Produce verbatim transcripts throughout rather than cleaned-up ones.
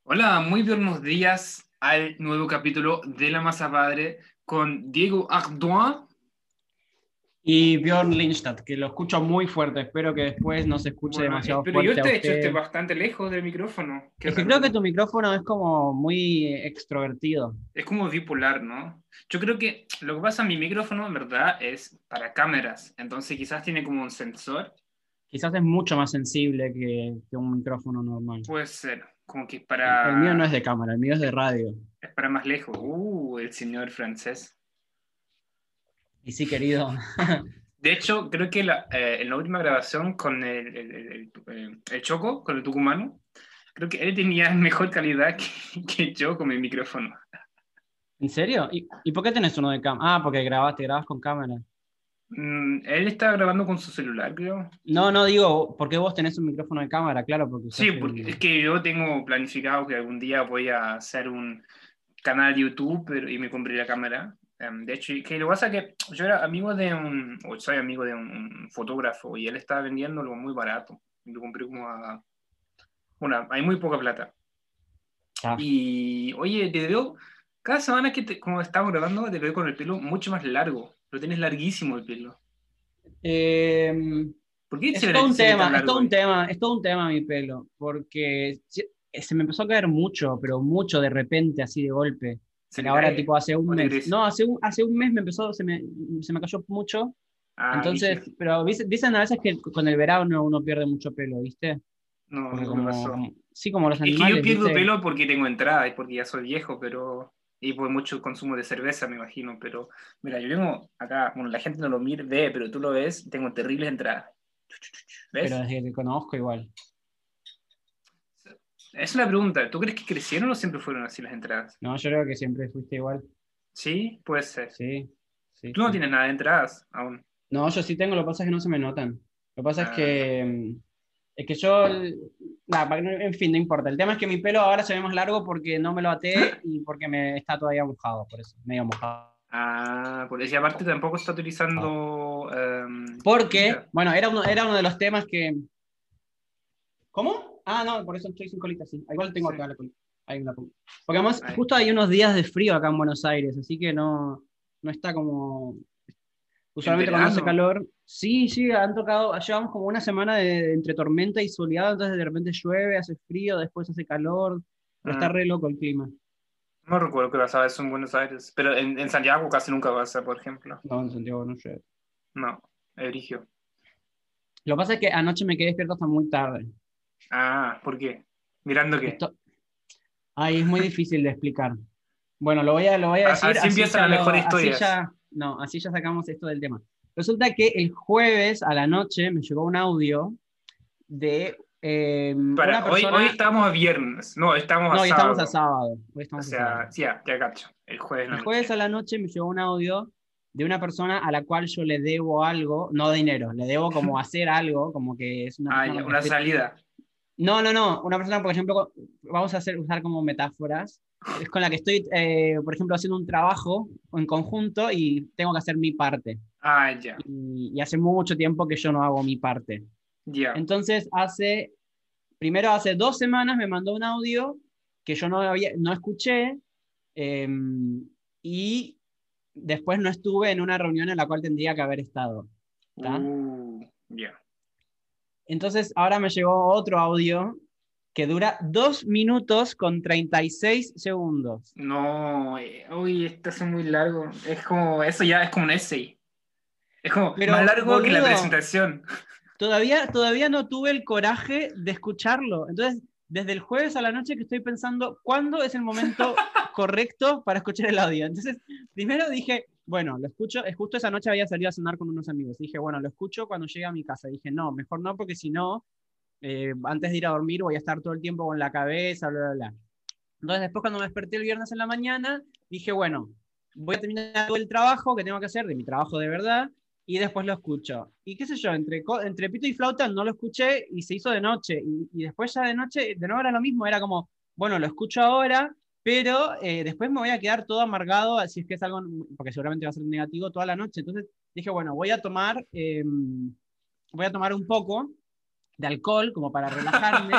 Hola, muy buenos días al nuevo capítulo de La Masa Padre con Diego Ardoin. Y Björn Lindstad, que lo escucho muy fuerte, espero que después no se escuche Bueno, eh, demasiado pero yo fuerte a de hecho estoy usted. bastante lejos del micrófono. Qué Es que raro, creo que ¿no? tu micrófono es como muy extrovertido. Es como bipolar, ¿no? Yo creo que lo que pasa en mi micrófono, en verdad, es para cámaras. Entonces quizás tiene como un sensor. Quizás es mucho más sensible que, que un micrófono normal. Puede ser, como que es El, el mío no es para, de cámara, el mío es de radio. es para más lejos. Uh, el señor francés. Y sí, querido. De hecho, creo que la, eh, en la última grabación con el, el, el- el- el Choco, con el tucumano, creo que él tenía mejor calidad que, que yo con mi micrófono. ¿En serio? ¿Y, y por qué tenés uno de cámara? Ah, porque grabaste, grabas con cámara. Mm, él estaba grabando con su celular, creo. No, no digo, ¿por qué vos tenés un micrófono de cámara? Claro, porque Sí, usás porque es el... que yo tengo planificado que algún día voy a hacer un canal de YouTube pero, y me compré la cámara. Em, de hecho, que lo que pasa es que yo era amigo de un, o soy amigo de un, un fotógrafo y él estaba vendiéndolo muy barato. Y lo compré como a, bueno, hay muy poca plata. Ah. Y oye, te veo, cada semana que te, como estamos grabando, te veo con el pelo mucho más largo. Lo tienes larguísimo el pelo. Eh, ¿Por qué se Es todo ve, un se ve tan tema, es largo todo un hoy? tema, es todo un tema mi pelo, porque se se me empezó a caer mucho, pero mucho de repente, así de golpe. ¿Se Pero te ahora, cae tipo, hace un o te mes. crece? No, hace un, hace un mes me empezó, se me, se me cayó mucho. Ah, Entonces, vigio. pero dice- dicen a veces que con el verano uno pierde mucho pelo, ¿viste? No, Porque nunca me como, pasó. como- sí, como los Es que yo animales, pierdo ¿viste? pelo porque tengo entrada y porque ya soy viejo, pero... Y por mucho consumo de cerveza, me imagino. Pero, mira, yo tengo acá, bueno, la gente no lo mira, ve, pero tú lo ves, tengo terribles entradas. Pero ¿Ves? desde que te conozco igual. Es una pregunta. ¿Tú crees que crecieron o siempre fueron así las entradas? No, yo creo que siempre fuiste igual. Sí, puede ser. Sí, sí, Tú no sí. tienes nada de entradas aún. No, yo sí tengo, lo que pasa es que no se me notan. Lo que pasa es Ah, que, mm, es que yo, nada, para que no- en fin, no importa. El tema es que mi pelo ahora se ve más largo porque no me lo até y porque me está todavía mojado, por eso, medio mojado. ah, por eso. Y aparte tampoco está utilizando em, Porque, colita. bueno, era uno, era uno de los temas que... ¿Cómo? Ah, no, por eso estoy sin colita, sí. Ah, igual tengo Sí. acá la colita. Hay una colita. Porque además, Ahí. justo hay unos días de frío acá en Buenos Aires, así que no, no está como... En Usualmente cuando hace verano. calor, sí, sí, han tocado, llevamos como una semana de, entre tormenta y soleado, entonces de repente llueve, hace frío, después hace calor, pero está Mm, re loco el clima. no recuerdo que pasaba eso en Buenos Aires. Pero en, en Santiago casi nunca pasa, por ejemplo. No, en Santiago no llueve. No, Erigio. Lo que pasa es que anoche me quedé despierto hasta muy tarde. Ah, ¿por qué? ¿Mirando qué? Esto, ay, es muy difícil de explicar. Bueno, lo voy a, lo voy a A- decir, Así así empiezan ya las lo, mejores así historias. ya, no, así ya sacamos esto del tema. Resulta que el jueves a la noche me llegó un audio de eh, una Para, hoy, hoy persona, estamos a viernes. No, estamos a no, hoy estamos a sábado. sábado, hoy O estamos a sábado. sea, sí, ya, ya cacho. El jueves en la El noche. jueves a la noche me llegó un audio de una persona a la cual yo le debo algo, no dinero, le debo como hacer algo, como que es una Ah, persona ya, con la una que estoy... salida. No, no, no, una persona, por ejemplo, vamos a hacer, usar como metáforas, es con la que estoy, eh, por ejemplo, haciendo un trabajo en conjunto y tengo que hacer mi parte. Ah, ya, Y, y hace mucho tiempo que yo no hago mi parte. ya. Entonces, hace, primero hace dos semanas me mandó un audio que yo no, había, no escuché, eh, y después no estuve en una reunión en la cual tendría que haber estado. ¿Está? Uh, ya. Entonces ahora me llegó otro audio que dura dos minutos con treinta y seis segundos. No, eh, uy, estos son muy largos. Es como, eso ya es como un essay. Es como más Pero, largo que la boludo, presentación. todavía, todavía no tuve el coraje de escucharlo. Entonces, desde el jueves a la noche que estoy pensando cuándo es el momento correcto para escuchar el audio. Entonces, primero dije, bueno, lo escucho, es justo esa noche había salido a cenar con unos amigos. Dije, bueno, lo escucho cuando llegue a mi casa. Dije, no, mejor no, porque si no, eh, antes de ir a dormir voy a estar todo el tiempo con la cabeza, bla, bla, bla. Entonces, después cuando me desperté el viernes en la mañana, dije, bueno, voy a terminar todo el trabajo que tengo que hacer, de mi trabajo de verdad, y después lo escucho. Y qué sé yo, entre, entre pito y flauta no lo escuché y se hizo de noche. Y, y después ya de noche, de nuevo era lo mismo, era como, bueno, lo escucho ahora, pero eh, después me voy a quedar todo amargado, si es que es algo, porque seguramente va a ser negativo toda la noche. Entonces dije, bueno, voy a tomar, eh, voy a tomar un poco de alcohol como para relajarme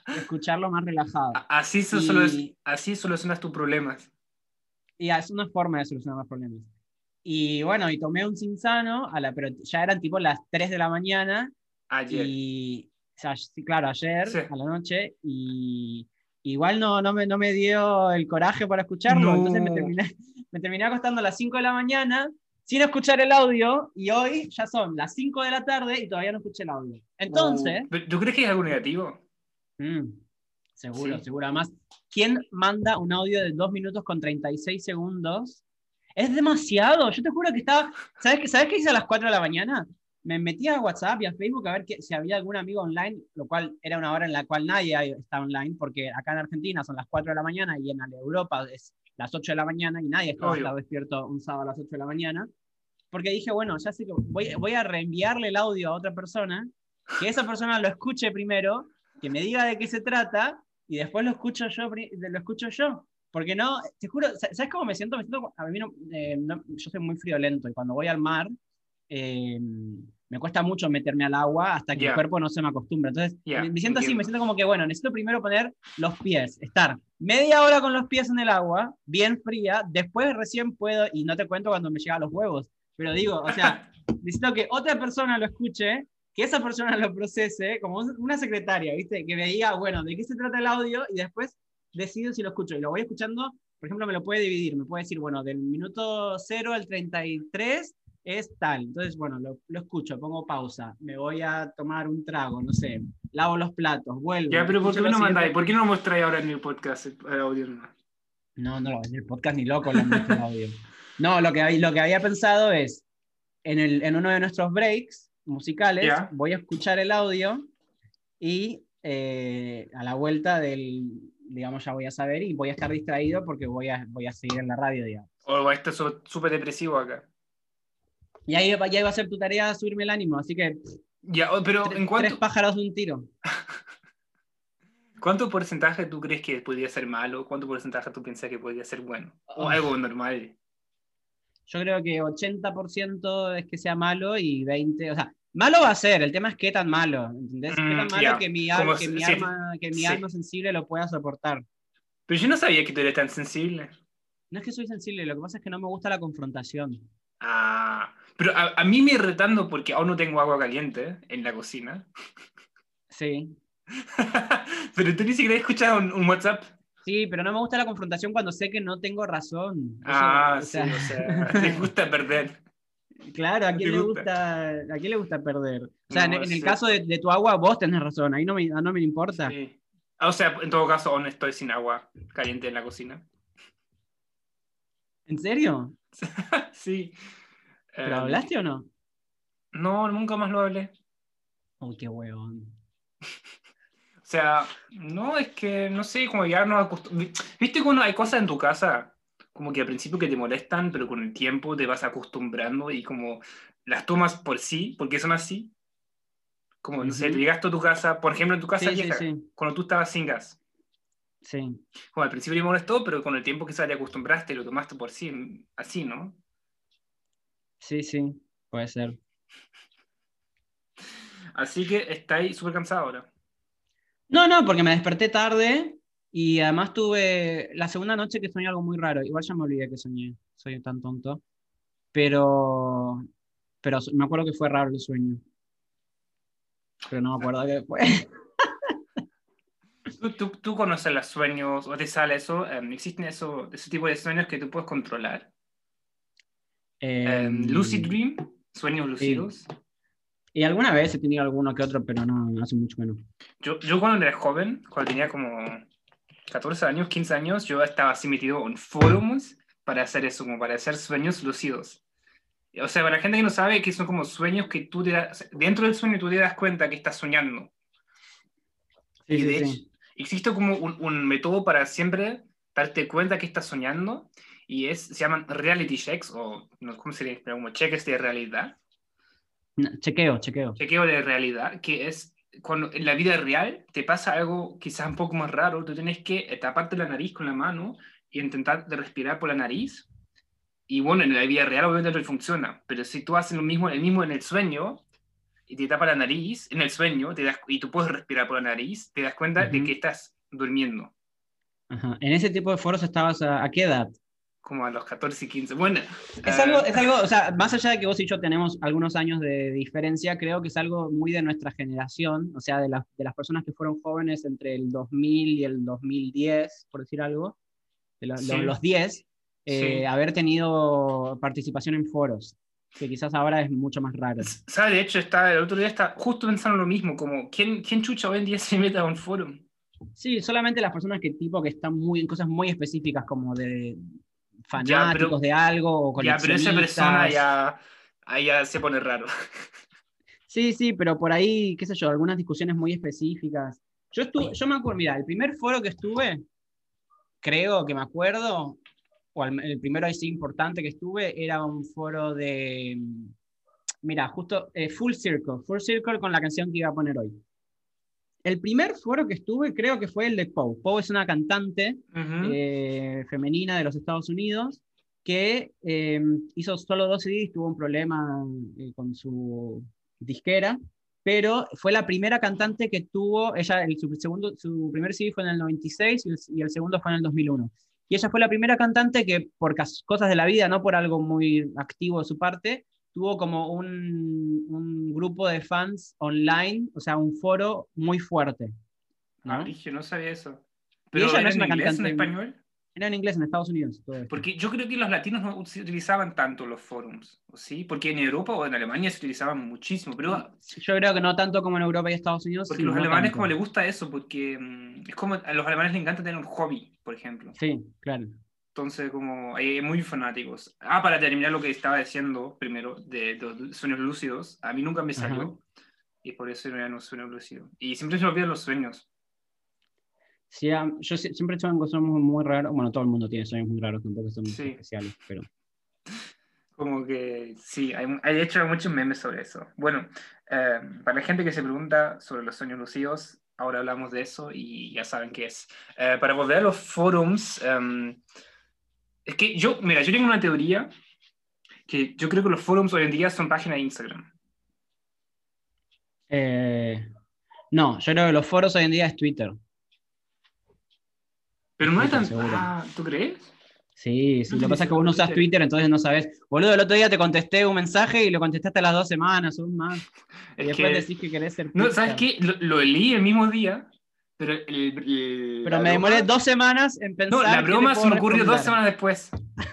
escucharlo más relajado. A- Así, so- solo es- Y, así solucionas tus problemas. y es una forma de solucionar los problemas. Y bueno, y tomé un Cinzano, a la, pero ya eran tipo las tres de la mañana, Ayer. y, o sea, sí, claro, ayer Sí. a la noche, y igual no, no, me, no me dio el coraje para escucharlo, entonces me No. terminé, me terminé acostando a las cinco de la mañana sin escuchar el audio, y hoy ya son las cinco de la tarde y todavía no escuché el audio. Uh, Entonces, ¿pero ¿tú crees que es algo negativo? mm, seguro, Sí. seguro. Además, ¿quién manda un audio de dos minutos con treinta y seis segundos? Es demasiado. Yo te juro que estaba. ¿Sabes qué, ¿sabes qué hice a las cuatro de la mañana? Me metí a WhatsApp y a Facebook a ver que, si había algún amigo online, lo cual era una hora en la cual nadie hay- está online, porque acá en Argentina son las cuatro de la mañana y en Europa es las ocho de la mañana y nadie está, está Obvio. despierto un sábado a las ocho de la mañana. Porque dije, bueno, ya sé que voy, voy a reenviarle el audio a otra persona, que esa persona lo escuche primero, que me diga de qué se trata, y después lo escucho yo, pri- lo escucho yo. Porque no, te juro, sa- ¿sabes cómo me siento? Me siento, a mí no, eh, no- yo soy muy friolento y cuando voy al mar, eh, me cuesta mucho meterme al agua hasta que el Ya, cuerpo no se me acostumbra. Entonces, me, ya, me siento así, me entiendo. siento como que, bueno, necesito primero poner los pies, estar media hora con los pies en el agua, bien fría, después recién puedo, y no te cuento cuando me llega a los huevos, pero digo, o sea, necesito que otra persona lo escuche, que esa persona lo procese, como una secretaria, ¿viste? Que me diga, bueno, de qué se trata el audio, y después decido si lo escucho. Y lo voy escuchando, por ejemplo, me lo puede dividir, me puede decir, bueno, del minuto cero al treinta y tres es tal. Entonces, bueno, lo, lo escucho, pongo pausa, me voy a tomar un trago, no sé, lavo los platos, Ya, vuelvo, pero ¿por qué escucho me lo lo mandáis? siguiente. ¿Por qué no lo mostráis ahora en el podcast, el, el audio nomás? No, no, en el podcast ni loco lo muestro el audio. No, lo que, lo que había pensado es, en, el, en uno de nuestros breaks musicales, Ya. voy a escuchar el audio y eh, a la vuelta del, digamos, ya voy a saber y voy a estar distraído porque voy a, voy a seguir en la radio, digamos. O está so- súper depresivo acá. Y ahí, va- ya iba a ser tu tarea subirme el ánimo, así que Ya, oh, pero tre- ¿en tres cuánto, pájaros de un tiro. cuánto porcentaje tú crees que podría ser malo? ¿Cuánto porcentaje tú piensas que podría ser bueno? O Oh, algo normal. yo creo que ochenta por ciento es que sea malo y veinte, o sea, malo va a ser, el tema es qué tan malo, ¿entendés? Qué Mm, tan malo ya, que mi, como al- que s- mi, sí, arma, que mi sí. alma sensible lo pueda soportar. Pero yo no sabía que tú eres tan sensible. No es que soy sensible, lo que pasa es que no me gusta la confrontación. Ah, pero a, a mí me irritando porque aún no tengo agua caliente en la cocina. Sí, Pero tú ni siquiera has escuchado un, un WhatsApp. sí, pero no me gusta la confrontación cuando sé que no tengo razón. Eso, Ah, o sea, sí, o sea, te gusta perder. claro, ¿a No te quién le gusta. gusta, a quién le gusta perder? O sea, en, No, en es el caso cierto. de, de tu agua, vos tenés razón, ahí no me, no me importa. Sí. Ah, o sea, en todo caso, aún estoy sin agua caliente en la cocina. ¿En serio? Sí. ¿Pero Em, hablaste o no? no, nunca más lo hablé. Uy, qué huevón. O sea, no, es que, no sé, como ya no acostum- ¿Viste cuando hay cosas en tu casa? Como que al principio que te molestan, pero con el tiempo te vas acostumbrando y como las tomas por sí, porque son así. Como, no sé, tú Ujú. llegaste a tu casa, por ejemplo, en tu casa Sí, sí, vieja, sí, cuando tú estabas sin gas. sí, Como al principio te molestó, pero con el tiempo quizás te acostumbraste y lo tomaste por sí, así, ¿no? sí, sí, puede ser. Así que estáis súper cansado ahora. No, no, porque me desperté tarde y además tuve la segunda noche que soñé algo muy raro. Igual ya me olvidé que soñé, soy tan tonto. Pero, pero me acuerdo que fue raro el sueño, pero no me acuerdo qué fue. ¿Tú, tú, tú conoces los sueños o te sale eso? Em, ¿existen eso, ese tipo de sueños que tú puedes controlar? Em, lucid Em, dream, sueños sí. lúcidos. Y alguna vez he tenido alguno que otro, pero no, no hace mucho que no. Yo, yo cuando era joven, cuando tenía como catorce años, quince años, yo estaba así metido en foros para hacer eso, como para hacer sueños lúcidos. O sea, para la gente que no sabe, que son como sueños que tú te das, dentro del sueño tú te das cuenta que estás soñando. Sí, Y sí, de hecho, sí. existe como un, un método para siempre darte cuenta que estás soñando, y es, se llaman reality checks, o no sé cómo se dice, pero como cheques de realidad, No, chequeo, chequeo. chequeo de realidad, que es cuando en la vida real te pasa algo quizás un poco más raro, tú tienes que taparte la nariz con la mano y intentar de respirar por la nariz. Y bueno, en la vida real obviamente no funciona, pero si tú haces lo mismo, el mismo en el sueño, y te tapa la nariz en el sueño, te das, y tú puedes respirar por la nariz, te das cuenta uh-huh. de que estás durmiendo. Ajá. ¿En ese tipo de foros estabas a, a qué edad? Como a los catorce, quince. Bueno. Es, uh... algo, es algo, o sea, más allá de que vos y yo tenemos algunos años de diferencia, creo que es algo muy de nuestra generación, o sea, de, la, de las personas que fueron jóvenes entre el dos mil y el dos mil diez, por decir algo, de lo, sí. lo, los diez, eh, sí. haber tenido participación en foros, que quizás ahora es mucho más raro. ¿Sabes? De hecho, está, el otro día está justo pensando lo mismo, como, ¿quién, quién chucha hoy en día se mete a un foro? Sí, solamente las personas que tipo que están muy en cosas muy específicas como de fanáticos ya, pero, de algo o coleccionistas. Ya, pero esa persona ya, ahí ya se pone raro. Sí, sí, pero por ahí, qué sé yo, algunas discusiones muy específicas. Yo estuve, yo me acuerdo, mira, el primer foro que estuve, creo que me acuerdo, o el, el primero así importante que estuve, era un foro de, mira, justo eh, Full Circle, Full Circle con la canción que iba a poner hoy. El primer foro que estuve creo que fue el de Pau. Pau es una cantante uh-huh. eh, femenina de los Estados Unidos que eh, hizo solo dos C Ds, tuvo un problema eh, con su disquera, pero fue la primera cantante que tuvo, ella, el, su, segundo, su primer C D fue en el noventa y seis y el, y el segundo fue en el dos mil uno. Y ella fue la primera cantante que por cosas de la vida, no por algo muy activo de su parte, tuvo como un, un grupo de fans online, o sea, un foro muy fuerte. ¿no? Ah, dije, no sabía eso. ¿Pero ella era no es en una inglés, cantante, en español? Era en inglés, en Estados Unidos. Todo esto. Porque yo creo que los latinos no utilizaban tanto los forums, ¿sí? Porque en Europa o en Alemania se utilizaban muchísimo, pero... Yo creo que no tanto como en Europa y Estados Unidos. Porque sí, los no alemanes tanto. como les gusta eso, porque um, es como a los alemanes les encanta tener un hobby, por ejemplo. Sí, claro. Entonces, como, hay muy fanáticos. Ah, para terminar lo que estaba diciendo primero, de, de los sueños lúcidos, a mí nunca me salió, ajá. Y por eso no era un sueño lúcido. Y siempre se me olvidan los sueños. Sí, yo siempre he hecho cosas muy raras. Bueno, todo el mundo tiene sueños muy raros, tampoco son sí. especiales, pero... Como que, sí, hay, hay hecho muchos memes sobre eso. Bueno, eh, para la gente que se pregunta sobre los sueños lúcidos, ahora hablamos de eso y ya saben qué es. Eh, para volver a los forums... Um, Es que yo, mira, yo tengo una teoría que yo creo que los forums hoy en día son páginas de Instagram. Eh, no, yo creo que los foros hoy en día es Twitter. Pero no es tan... Ah, ¿tú crees? Sí, sí. No lo que pasa es que vos no usás Twitter, entonces no sabés. Boludo, el otro día te contesté un mensaje y lo contestaste a las dos semanas o un más. Y es después que... decís que querés ser... No, ¿sabes qué? Lo, lo leí el mismo día, pero... El, el, pero me demoré broma... dos semanas en pensar... No, la broma se me ocurrió dos semanas después.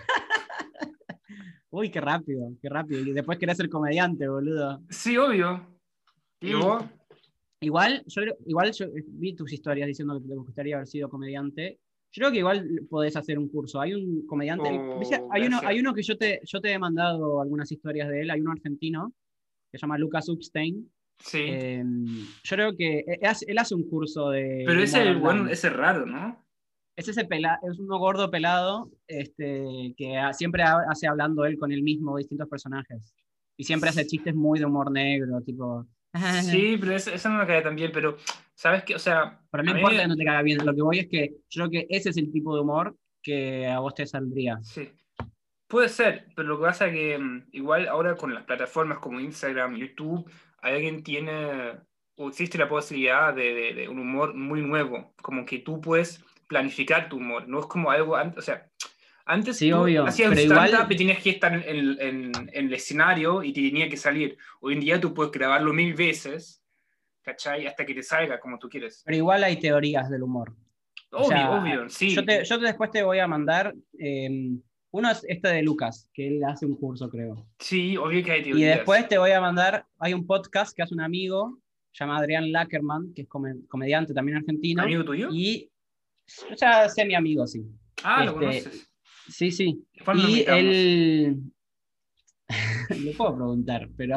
Uy, qué rápido, qué rápido. Y después querés ser comediante, boludo. Sí, obvio. ¿Y vos? Igual, yo, igual yo vi tus historias diciendo que te gustaría haber sido comediante. Yo creo que igual podés hacer un curso. Hay un comediante, oh, hay, uno, hay uno que yo te, yo te he mandado algunas historias de él, hay uno argentino que se llama Lucas Upstein. Sí. Eh, yo creo que él hace, él hace un curso de... Pero ese, bueno, ese es raro, ¿no? Es ese pela, es uno gordo pelado este, que siempre hace hablando él con él mismo distintos personajes. Y siempre hace chistes muy de humor negro, tipo... Sí, pero eso, eso no me cae tan bien, pero ¿sabes qué? O sea... Pero no importa me... que no te caiga bien, lo que voy es que yo creo que ese es el tipo de humor que a vos te saldría. Sí, puede ser, pero lo que pasa es que um, igual ahora con las plataformas como Instagram, YouTube, alguien tiene, o existe la posibilidad de, de, de un humor muy nuevo, como que tú puedes planificar tu humor, no es como algo, o sea... Antes sí, tú obvio, hacías un igual... stand-up y tenías que estar en, en, en, en el escenario y te tenía que salir. Hoy en día tú puedes grabarlo mil veces, ¿cachai? Hasta que te salga como tú quieres. Pero igual hay teorías del humor. Obvio, o sea, obvio, sí. Yo, te, yo después te voy a mandar... Eh, uno es este de Lucas, que él hace un curso, creo. Sí, obvio que hay teorías. Y después te voy a mandar... Hay un podcast que hace un amigo, se llama Adrián Lackerman, que es com- comediante también argentino. ¿Amigo tuyo? Y... O sea, sé mi amigo, sí. Ah, este, lo conoces. Sí, sí. Y él... Le puedo preguntar, pero...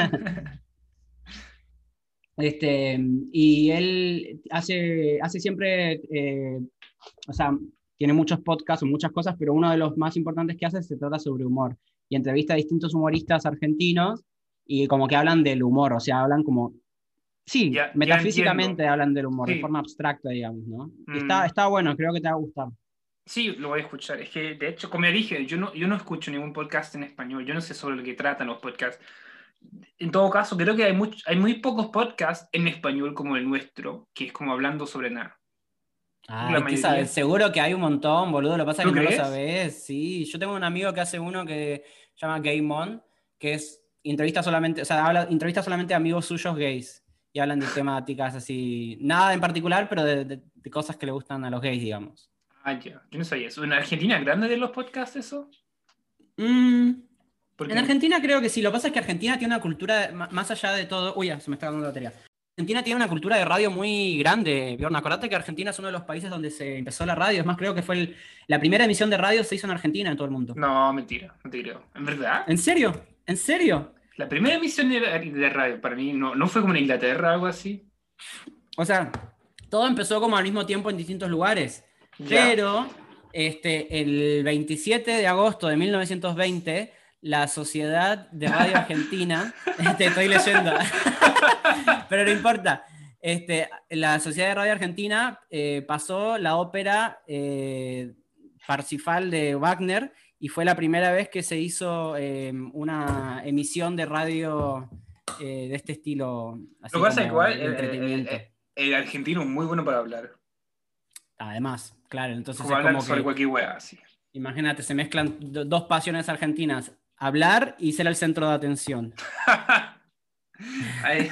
este, y él hace, hace siempre... Eh, o sea, tiene muchos podcasts o muchas cosas, pero uno de los más importantes que hace se trata sobre humor. Y entrevista a distintos humoristas argentinos y como que hablan del humor, o sea, hablan como... Sí, ya, metafísicamente ya hablan del humor, sí. de forma abstracta, digamos, ¿no? Mm. Y está, está bueno, creo que te va a gustar. Sí, lo voy a escuchar. Es que, de hecho, como ya dije, yo no, yo no escucho ningún podcast en español. Yo no sé sobre lo que tratan los podcasts. en todo caso, creo que hay, much, hay muy pocos podcasts en español como el nuestro, que es como hablando sobre nada. La Ay, que mayoría. sabes, seguro que hay un montón, boludo. Lo que pasa es ¿Tú que no lo crees? sabes. Sí, yo tengo un amigo que hace uno que se llama Game On, que es entrevista solamente, o sea, habla, entrevista solamente a amigos suyos gays y hablan de temáticas así, nada en particular, pero de, de- de cosas que le gustan a los gays, digamos. Ah, ya. Yo no sabía eso. ¿En Argentina es grande de los podcasts eso? Mm, en Porque, Argentina creo que sí. Lo que pasa es que Argentina tiene una cultura, ma- más allá de todo. Uy, ya, se me está dando la batería. Argentina tiene una cultura de radio muy grande, Bjorn. Acordate que Argentina es uno de los países donde se empezó la radio. Es más, creo que fue el- la primera emisión de radio se hizo en Argentina en todo el mundo. no, mentira, no te creo. ¿En verdad? ¿En serio? ¿En serio? La primera emisión de, de radio para mí no, no fue como en Inglaterra o algo así. O sea, todo empezó como al mismo tiempo en distintos lugares. Ya. Pero este, el veintisiete de agosto de mil novecientos veinte, la Sociedad de Radio Argentina, te estoy leyendo, pero no importa. Este, la Sociedad de Radio Argentina eh, pasó la ópera eh, Parsifal de Wagner y fue la primera vez que se hizo eh, una emisión de radio eh, de este estilo, Lo así que pasa es que igual como de el, el- entretenimiento. el- el argentino es muy bueno para hablar. Además, claro, entonces Como es hablar como sobre que, cualquier wea, así. imagínate, se mezclan do- dos pasiones argentinas, hablar y ser el centro de atención. Ay.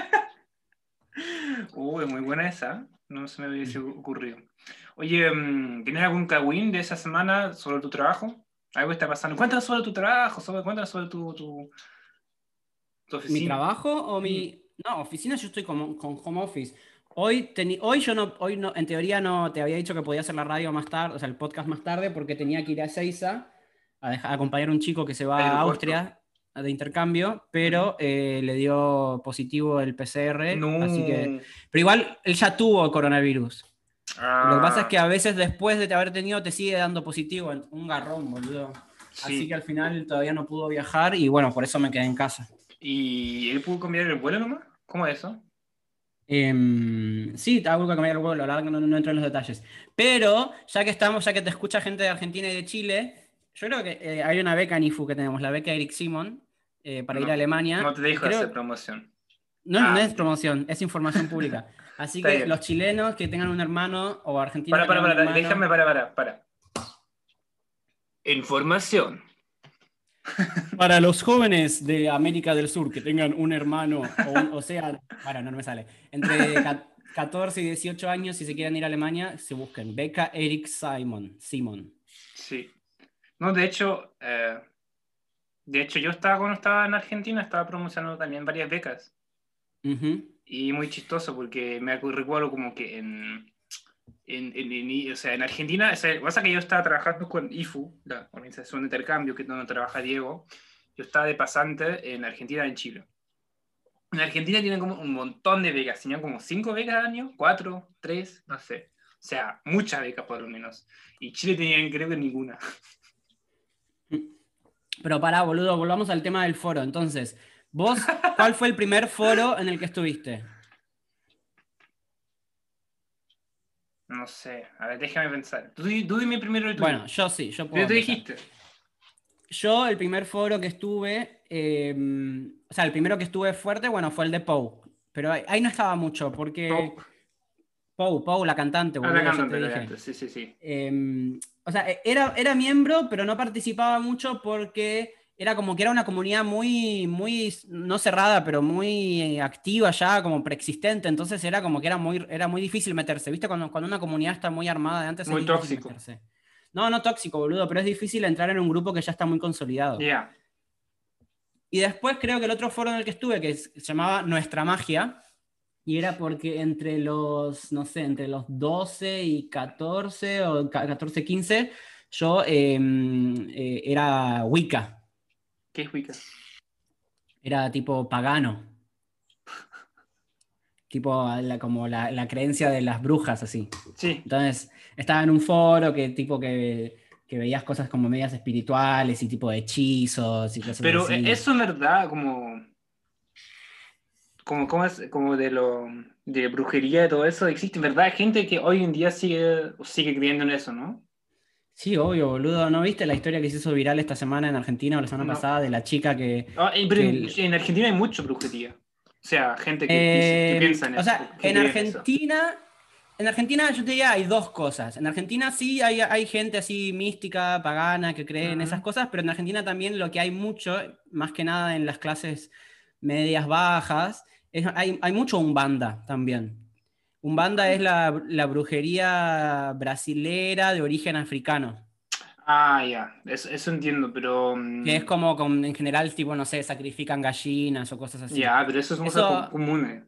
Uy, muy buena esa. No se me hubiese ocurrido. Oye, mm, ¿tienes algún cagüín de esa semana sobre tu trabajo? ¿Algo está pasando? Cuéntanos sobre tu trabajo, sobre, cuéntanos sobre tu, tu, tu ¿Mi oficina. trabajo o Sí. mi...? No, oficina yo estoy con, con home office. Hoy, teni- hoy yo no, hoy no, en teoría no, te había dicho que podía hacer la radio más tarde, o sea, el podcast más tarde, porque tenía que ir a Ezeiza a, dejar- a acompañar a un chico que se va a Aeropuerto. Austria de intercambio, Ujú. pero eh, le dio positivo el P C R, así que... No. Pero igual, él ya tuvo coronavirus. Lo que pasa es Ah, que a veces después de haber tenido te sigue dando positivo, un garrón, boludo. Así que sí. al final todavía no pudo viajar y bueno, por eso me quedé en casa. ¿Y él pudo cambiar el vuelo nomás? ¿Cómo es eso? Em, sí, algo que cambiar el vuelo, la verdad que no, no entro en los detalles. Pero ya que estamos, ya que te escucha gente de Argentina y de Chile, yo creo que eh, hay una beca en I F U que tenemos, la beca Eric Simon, eh, para ir a No, no Alemania. te Y dejo hacer creo, promoción. no, no Ah, es mentira. promoción, es información pública. Así Está que bien. los chilenos que tengan un hermano o argentinos Para, que para, tengan un para, hermano. déjame, para, para, para. Información. Para los jóvenes de América del Sur que tengan un hermano, o, un- o sea, bueno, no, no me sale, entre ca- catorce y dieciocho años, si se quieren ir a Alemania, se busquen beca Eric Simon. Simon. Sí. No, de hecho, eh, de hecho, yo estaba cuando estaba en Argentina, estaba promocionando también varias becas. Ujú. Y muy chistoso porque me acu- recuerdo como que en, en, en- en- o sea, en Argentina, o sea, lo que pasa es que yo estaba trabajando con I F U, la Organización de Intercambio, que es donde trabaja Diego. Yo estaba de pasante en Argentina y en Chile. En Argentina tienen como un montón de becas, tenían como cinco becas al año, cuatro, tres, no sé. O sea, muchas becas por lo menos. Y Chile tenían creo que ninguna. Pero pará, boludo, volvamos al tema del foro. Entonces, vos, ¿cuál fue el primer foro en el que estuviste? No sé, a ver, déjame pensar. Tú, di- tú dime primero el tuyo. Bueno, yo sí, yo ¿Tú puedo te empezar. dijiste? Yo, el primer foro que estuve, eh, o sea, el primero que estuve fuerte, bueno, fue el de Pou. Pero ahí, ahí no estaba mucho, porque Pop. Pou, Pou, la cantante, Ah, la boludo, ya te cantante, la dije. cantante, sí, sí, sí. Eh, o sea, era, era miembro, pero no participaba mucho porque era como que era una comunidad muy, muy, no cerrada, pero muy activa ya, como preexistente. Entonces era como que era muy, era muy difícil meterse. ¿Viste? Cuando, cuando una comunidad está muy armada de antes es Muy difícil tóxico. meterse. No, no tóxico, boludo, pero es difícil entrar en un grupo que ya está muy consolidado. Ya. Y después creo que el otro foro en el que estuve, que se llamaba Nuestra Magia, y era porque entre los, no sé, entre los doce y catorce o catorce, quince, yo eh, eh, era Wicca, ¿Qué es Wicca? era tipo pagano, tipo la- como la, la creencia de las brujas, así. Sí. Entonces, estaba en un foro que tipo que, que veías cosas como medias espirituales y tipo de hechizos y cosas Pero eh, así. eso en verdad, como, como, como, es, como de lo de brujería y todo eso, existe en verdad hay gente que hoy en día sigue, sigue creyendo en eso, ¿no? Sí, obvio, boludo. ¿No viste la historia que se hizo viral esta semana en Argentina o la semana No. pasada de la chica que... Ah, eh, pero que en, el- en Argentina hay mucha brujería. O sea, gente que dice, que Eh, piensa en o eso, sea, que en cree en eso. Argentina, en Argentina yo te diría hay dos cosas. En Argentina sí hay, hay gente así mística, pagana, que cree en esas Ujú. cosas, pero en Argentina también lo que hay mucho, más que nada en las clases medias bajas, es- hay, hay mucho umbanda también. Umbanda es la, la brujería brasilera de origen africano, Ah, ya, eso, eso entiendo, pero... que es mm, como con- en general, tipo, no sé, sacrifican gallinas o cosas así. ya, pero eso son cosas co- Eso, comunes.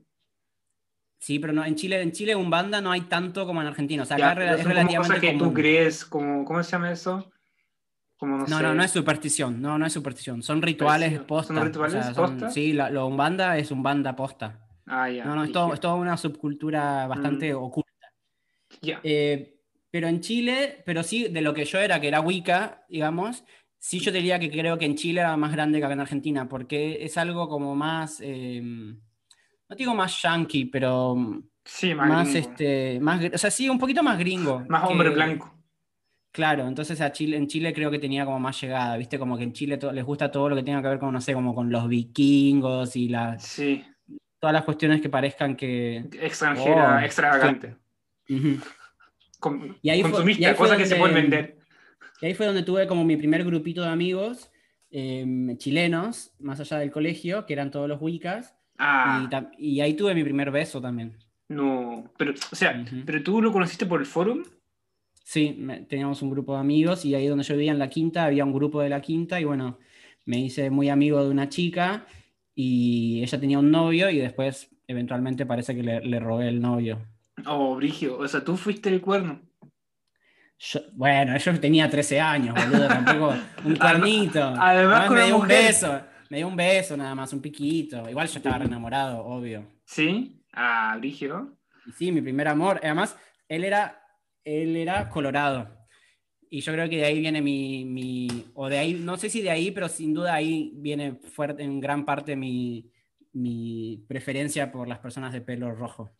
sí, pero no, en Chile, en Chile Umbanda no hay tanto como en Argentina. O sea, acá Ya, es rela- pero es son como cosas relativamente que tú común. crees, como, ¿cómo se llama eso? Como, no No, no, no sé, es superstición. No, no es superstición. Son rituales parecido. ¿Son posta. O rituales? sea, son, ¿Posta? sí, la, lo Umbanda es Umbanda posta. Ah, No, ya, no, es todo, es dije. toda una subcultura bastante Mm, oculta. ya. Eh, pero en Chile, pero sí, de lo que yo era, que era Wicca, digamos, sí yo diría que creo que en Chile era más grande que acá en Argentina, porque es algo como más, eh, no digo más yankee, pero Sí, más más, gringo. este, más, o sea, sí, un poquito más gringo, Más hombre que, blanco. claro, entonces a Chile, en Chile creo que tenía como más llegada, ¿viste? Como que en Chile to- les gusta todo lo que tenga que ver con, no sé, como con los vikingos y la, Sí, todas las cuestiones que parezcan que, oh, extranjera, claro. extravagante. Ujú. Com- Y ahí fue, y ahí consumista, fue cosas que se pueden donde, vender. y ahí fue donde tuve como mi primer grupito de amigos eh, chilenos, más allá del colegio, que eran todos los Wiccas, y, Ah, tam- y ahí tuve mi primer beso también. no. Pero, o sea, Ujú. ¿pero tú lo conociste por el fórum? Sí, me- teníamos un grupo de amigos y ahí donde yo vivía en la quinta había un grupo de la quinta y bueno, me hice muy amigo de una chica y ella tenía un novio y después eventualmente parece que le, le robé el novio. Oh, Brigio, o sea, tú fuiste el cuerno. Yo- bueno, yo tenía trece años, boludo, tampoco un Además, cuernito. además Además con me una dio un mujer. beso, me dio un beso nada más, un piquito. Igual yo estaba re enamorado, obvio. ¿Sí? Ah, Brigio. Y sí, mi primer amor. Además, él era, él era colorado. Y yo creo que de ahí viene mi, mi, o de ahí, no sé si de ahí, pero sin duda ahí viene fuerte en gran parte mi, mi preferencia por las personas de pelo rojo.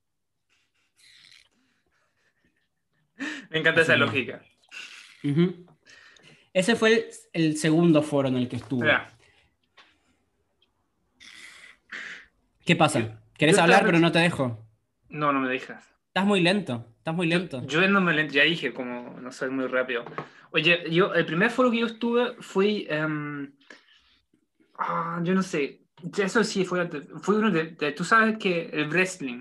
Me encanta Así esa que, lógica. ujú. Ese fue el, el segundo foro en el que estuve. Mira, ¿Qué yo, pasa? yo ¿Querés estaba hablar, pero pensando. no te dejo? No, no me dejas. Estás muy lento, estás muy Yo, lento. yo no me lo ya dije, como no soy muy rápido. Oye, yo, el primer foro que yo estuve fue. em, ah, yo no sé. Eso sí fue, antes- fue uno de, de- Tú sabes que el wrestling.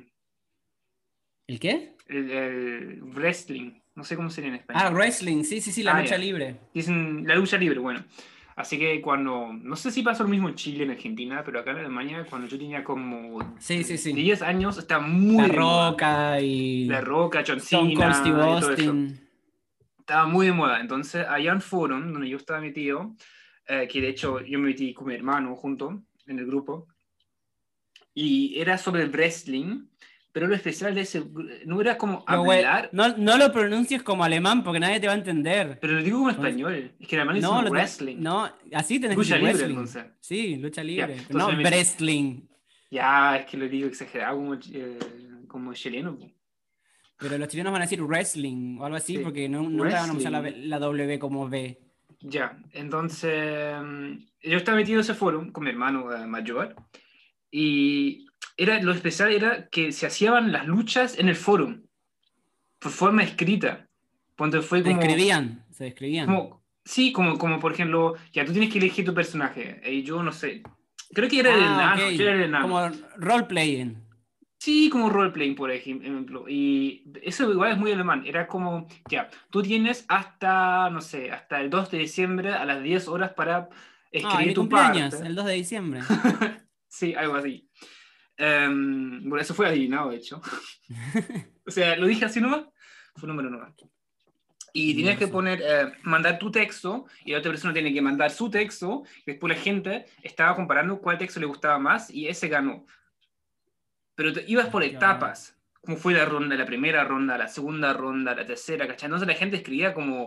¿El qué? El, el wrestling. No sé cómo sería en Ah, español. wrestling, sí, sí, sí, la Ah, lucha ya. libre. Dicen la lucha libre, bueno. Así que cuando, no sé si pasó lo mismo en Chile, en Argentina, pero acá en Alemania, cuando yo tenía como Sí, sí, sí. diez años, estaba muy La de moda. Roca La y Roca, John Stone Cold Steve Cena y todo eso. Austin. Estaba muy de moda. Entonces, había un foro donde yo estaba metido, eh, que de hecho yo me metí con mi hermano junto en el grupo, y era sobre el wrestling, pero lo especial de ese no era como Pero, güey, hablar, no, no lo pronuncies como alemán porque nadie te va a entender. pero lo digo como Con- español. Es que en alemán No, dicen lo tenés- wrestling. no, así tenés que Lucha decir libre, wrestling. entonces. Sí, lucha Ya, libre. Pero entonces no me metí. wrestling. Ya, es que lo digo exagerado como, eh, como chileno, po. Pero los chilenos van a decir wrestling o algo así Sí, porque no- nunca van a usar la, wrestling. B- la W como B. Ya, entonces mm, yo estaba metido en ese foro con mi hermano eh, mayor y era, lo especial era que se hacían las luchas en el foro, por forma escrita. Ponte fue Se como, describían, se describían. como sí, como, como por ejemplo, ya tú tienes que elegir tu personaje, y yo no sé, creo que era el Ah, ok. enano, yo era el enano. Como role-playing. Sí, como roleplaying, por ejemplo. Y eso igual es muy alemán. Era como, ya, tú tienes hasta, no sé, hasta el dos de diciembre a las diez horas para Ay, escribir mi tu cumpleaños, parte. el dos de diciembre. Sí, algo así. Em, bueno, eso fue adivinado, de hecho. O sea, lo dije así nomás, fue un número nomás. Y tienes que Diverso. poner, eh, mandar tu texto, y la otra persona tiene que mandar su texto, y después la gente estaba comparando cuál texto le gustaba más, y ese ganó. Pero te, ibas por Qué bárbaro. etapas, como fue la ronda, la primera ronda, la segunda ronda, la tercera, ¿cachai? Entonces la gente escribía como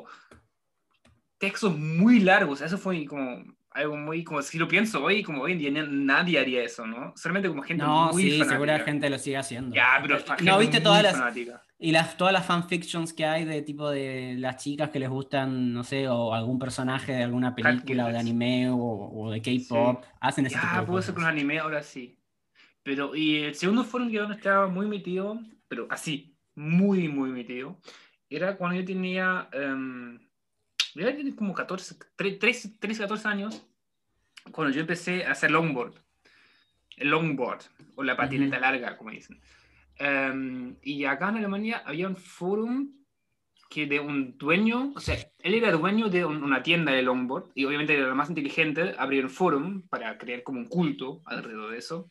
textos muy largos, eso fue como algo muy, como si lo pienso hoy, como hoy en día nadie haría eso, ¿no? Solamente como gente No, muy sí, seguro la fanática. gente lo sigue haciendo. Ya, pero Eh, fa- ¿No gente viste todas muy las, fanática. Y las, todas las fanfictions que hay de tipo de las chicas que les gustan, no sé, o algún personaje de alguna película o de Catgirls. anime o, o de Sí. K-pop, hacen ese tipo Ya, de puedo ser con cosas. anime ahora sí. Pero, y el segundo foro en que yo estaba muy metido, pero así, muy, muy metido, era cuando yo tenía, um, yo tenía como catorce, trece, trece, catorce años, cuando yo empecé a hacer longboard, el longboard, o la patineta Ujú. larga, como dicen. Um, y acá en Alemania había un forum que de un dueño, o sea, él era dueño de un- una tienda de longboard, y obviamente era lo más inteligente, abrió un forum para crear como un culto alrededor de eso.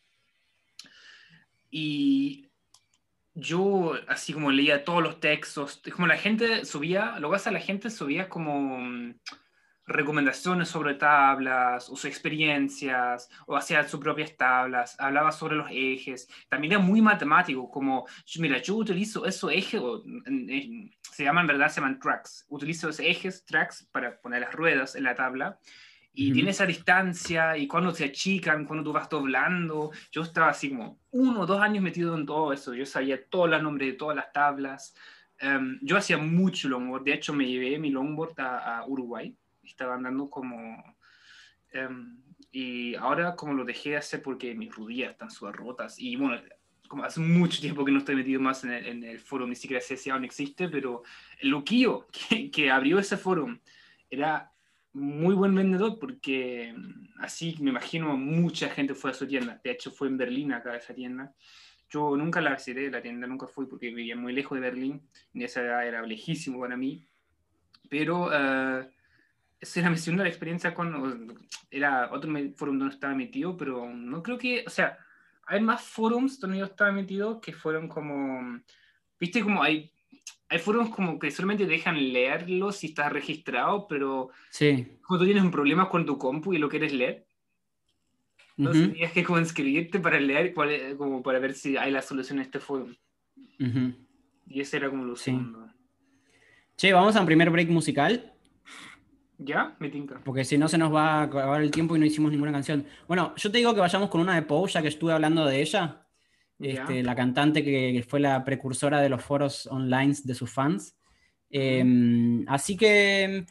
Y yo así como leía todos los textos, como la gente subía, lo que pasa, la gente subía como mm, recomendaciones sobre tablas, o sus experiencias, o hacía sus propias tablas, hablaba sobre los ejes, también era muy matemático, como, mira, yo utilizo esos ejes, o, en- en- se llaman, en verdad, se llaman tracks, utilizo esos ejes, tracks, para poner las ruedas en la tabla, y tiene Ujú. esa distancia, y cuando se achican, cuando tú vas doblando. Yo estaba así como uno o dos años metido en todo eso. Yo sabía todos los nombres de todas las tablas. Um, yo hacía mucho longboard. De hecho, me llevé mi longboard a, a Uruguay. Estaba andando como... um, y ahora como lo dejé de hacer porque mis rodillas están súper rotas. Y bueno, como hace mucho tiempo que no estoy metido más en el, en el foro, ni siquiera sé si aún existe, pero el loquillo que, que abrió ese foro era muy buen vendedor porque mm, así me imagino mucha gente fue a su tienda. De hecho, fue en Berlín acá esa tienda. Yo nunca la visité, la tienda nunca fui porque vivía muy lejos de Berlín y esa edad era lejísimo para mí. Pero uh, esa era mi segunda experiencia con... Era otro foro donde estaba metido, pero no creo que... O sea, hay más forums donde yo estaba metido que fueron como... Viste como hay hay foros como que solamente dejan leerlo si estás registrado, pero Sí. como tú tienes un problema con tu compu y lo quieres leer, entonces Ujú. tienes que como inscribirte para leer, cuál es- como para ver si hay la solución a este foro. Ujú. Y ese era como lo Sí. segundo. Che, vamos a un primer break musical, ¿Ya? Me tinca. porque si no se nos va a acabar el tiempo y no hicimos ninguna canción. Bueno, yo te digo que vayamos con una de Pau, ya que estuve hablando de ella, ¿Ya? este, la cantante que fue la precursora de los foros online de sus fans. Eh, Ujú. así que,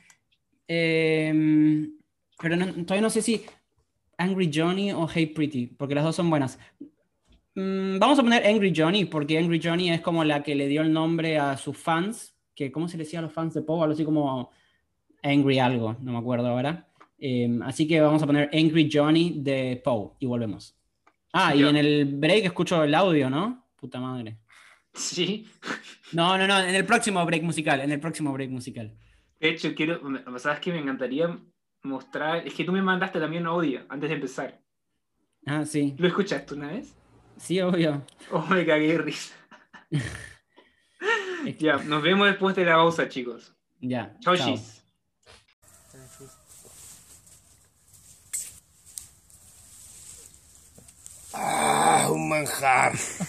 eh, pero no- todavía no sé si Angry Johnny o Hey Pretty, porque las dos son buenas. Mm, vamos a poner Angry Johnny, porque Angry Johnny es como la que le dio el nombre a sus fans, que ¿cómo se le decía a los fans de Poe? Algo así como Angry algo, no me acuerdo ahora. Eh, así que vamos a poner Angry Johnny de Poe y volvemos. Ah, y en Ya. el break escucho el audio, ¿no? Puta madre. Sí. No, no, no, en el próximo break musical, en el próximo break musical. De hecho, quiero, me- ¿sabes qué? Me encantaría mostrar, es que tú me mandaste también un audio antes de empezar. Ah, sí. ¿Lo escuchaste una vez? Sí, obvio. Oh, me cagué de risa. Es que- Ya, nos vemos después de la pausa, chicos. Ya, Chau, chao. chis. Ah, un manjar.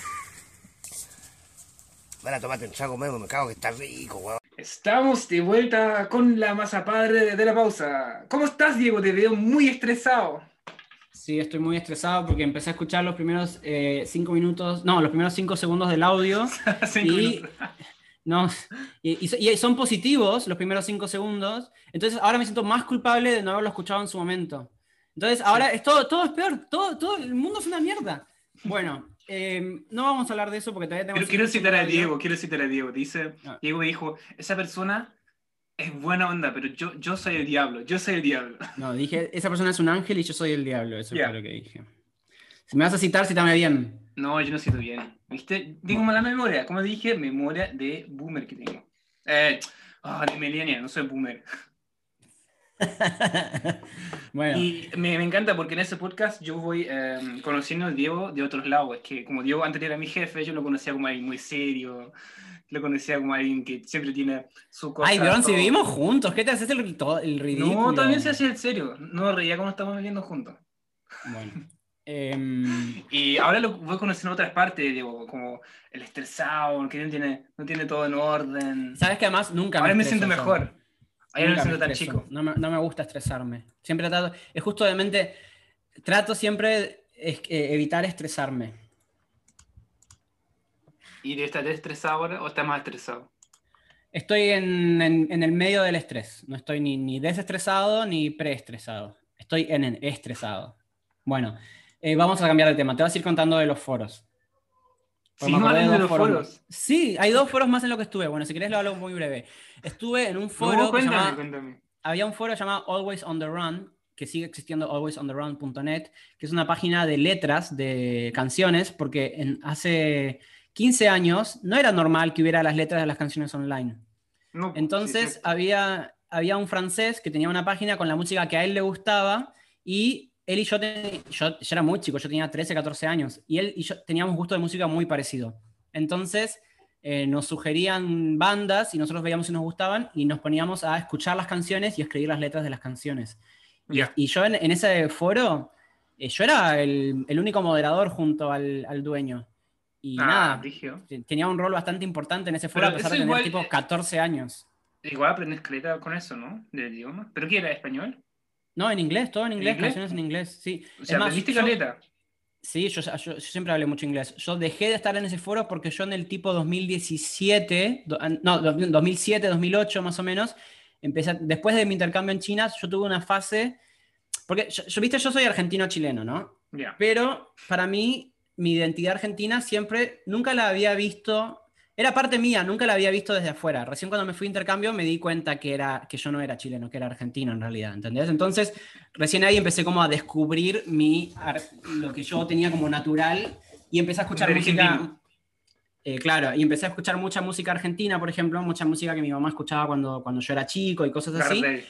Bueno, tomate un saco, Memo, me cago que está rico, weón. Estamos de vuelta con la masa padre de la pausa. ¿Cómo estás, Diego? Te veo muy estresado. Sí, estoy muy estresado porque empecé a escuchar los primeros eh, cinco minutos, no, los primeros cinco segundos del audio Cinco minutos. y no, y, y so- y son positivos los primeros cinco segundos, entonces ahora me siento más culpable de no haberlo escuchado en su momento. Entonces ahora Sí. es todo, todo es peor, todo, todo el mundo es una mierda. Bueno, eh, no vamos a hablar de eso porque todavía tengo que Pero seguir quiero escuchando citar el a audio. Diego, quiero citar a Diego. Dice, Ah, Diego me dijo, esa persona es buena onda, pero yo, yo soy el diablo, yo soy el diablo. no, dije, esa persona es un ángel y yo soy el diablo, eso fue Ya. lo que dije. Si me vas a citar, cítame bien. No, yo no siento bien. ¿Viste? Tengo Bu- mala memoria. Como dije, memoria de boomer que tengo. Eh, ah, de millennial, no soy boomer. Bueno, Y me, me encanta porque en ese podcast yo voy eh, conociendo al Diego de otros lados. Es que como Diego antes era mi jefe, yo lo conocía como alguien muy serio, lo conocía como alguien que siempre tiene su ay, cosa, Bjorn, si todo. vivimos juntos, ¿qué te haces el, to- el No, también se ridículo? hacía el serio. No reía cuando estábamos viviendo juntos. Bueno, em, Y ahora lo voy conociendo otras partes de Diego, como el estresado, el que no tiene, no tiene todo en orden. sabes que además nunca me Ahora me siento estreso yo. mejor. Ahora no me Nunca me siento tan estreso. chico. No me, no me gusta estresarme. Siempre trato, es justamente, trato siempre es- eh, evitar estresarme. ¿Y de estar estresado ahora o estás más estresado? Estoy en, en- en el medio del estrés. No estoy ni, ni desestresado ni preestresado. Estoy en el estresado. Bueno, eh, vamos a cambiar de tema. Te vas a ir contando de los foros. Porque me Seguimos acordé de hablando de dos los foros más. foros. Sí, hay dos foros más en lo que estuve. Bueno, si querés lo hablo muy breve. Estuve en un No, foro que se cuéntame, llama... cuéntame. Había un foro llamado Always on the Run, que sigue existiendo, always on the run punto net, que es una página de letras de canciones, porque en, hace quince años no era normal que hubiera las letras de las canciones online. No, pues, sí, es Entonces cierto. había, había un francés que tenía una página con la música que a él le gustaba y él y yo, te- yo, yo era muy chico, yo tenía trece, catorce años y él y yo teníamos gusto de música muy parecido. Entonces eh, nos sugerían bandas y nosotros veíamos si nos gustaban y nos poníamos a escuchar las canciones y a escribir las letras de las canciones. Y, Ya. y yo en, en ese foro, eh, yo era el, el único moderador junto al, al dueño. Y Ah, nada, brígido. te- tenía un rol bastante importante en ese foro Pero a pesar eso de tener igual, tipo eh, catorce años. igual aprendes caleta con eso, ¿no? Del idioma. ¿Pero qué era? ¿Español? No, en inglés, todo en ¿En inglés, inglés? canciones en inglés, sí. O Es sea, más, aprendiste yo, caleta. sí, yo, yo- yo siempre hablé mucho inglés. Yo dejé de estar en ese foro porque yo en el tipo dos mil diecisiete, do- ah, no, dos mil siete, dos mil ocho más o menos, empecé, a- después de mi intercambio en China, yo tuve una fase, porque yo, yo, viste, yo soy argentino-chileno, ¿no? Ya. Pero para mí, mi identidad argentina siempre, nunca la había visto, era parte mía, nunca la había visto desde afuera. Recién cuando me fui a intercambio me di cuenta que, era, que yo no era chileno, que era argentino en realidad, ¿entendés? Entonces, recién ahí empecé como a descubrir mi, ar- lo que yo tenía como natural y empecé a escuchar De argentino. música, eh, claro, y empecé a escuchar mucha música argentina, por ejemplo, mucha música que mi mamá escuchaba cuando, cuando yo era chico y cosas así. Gardel.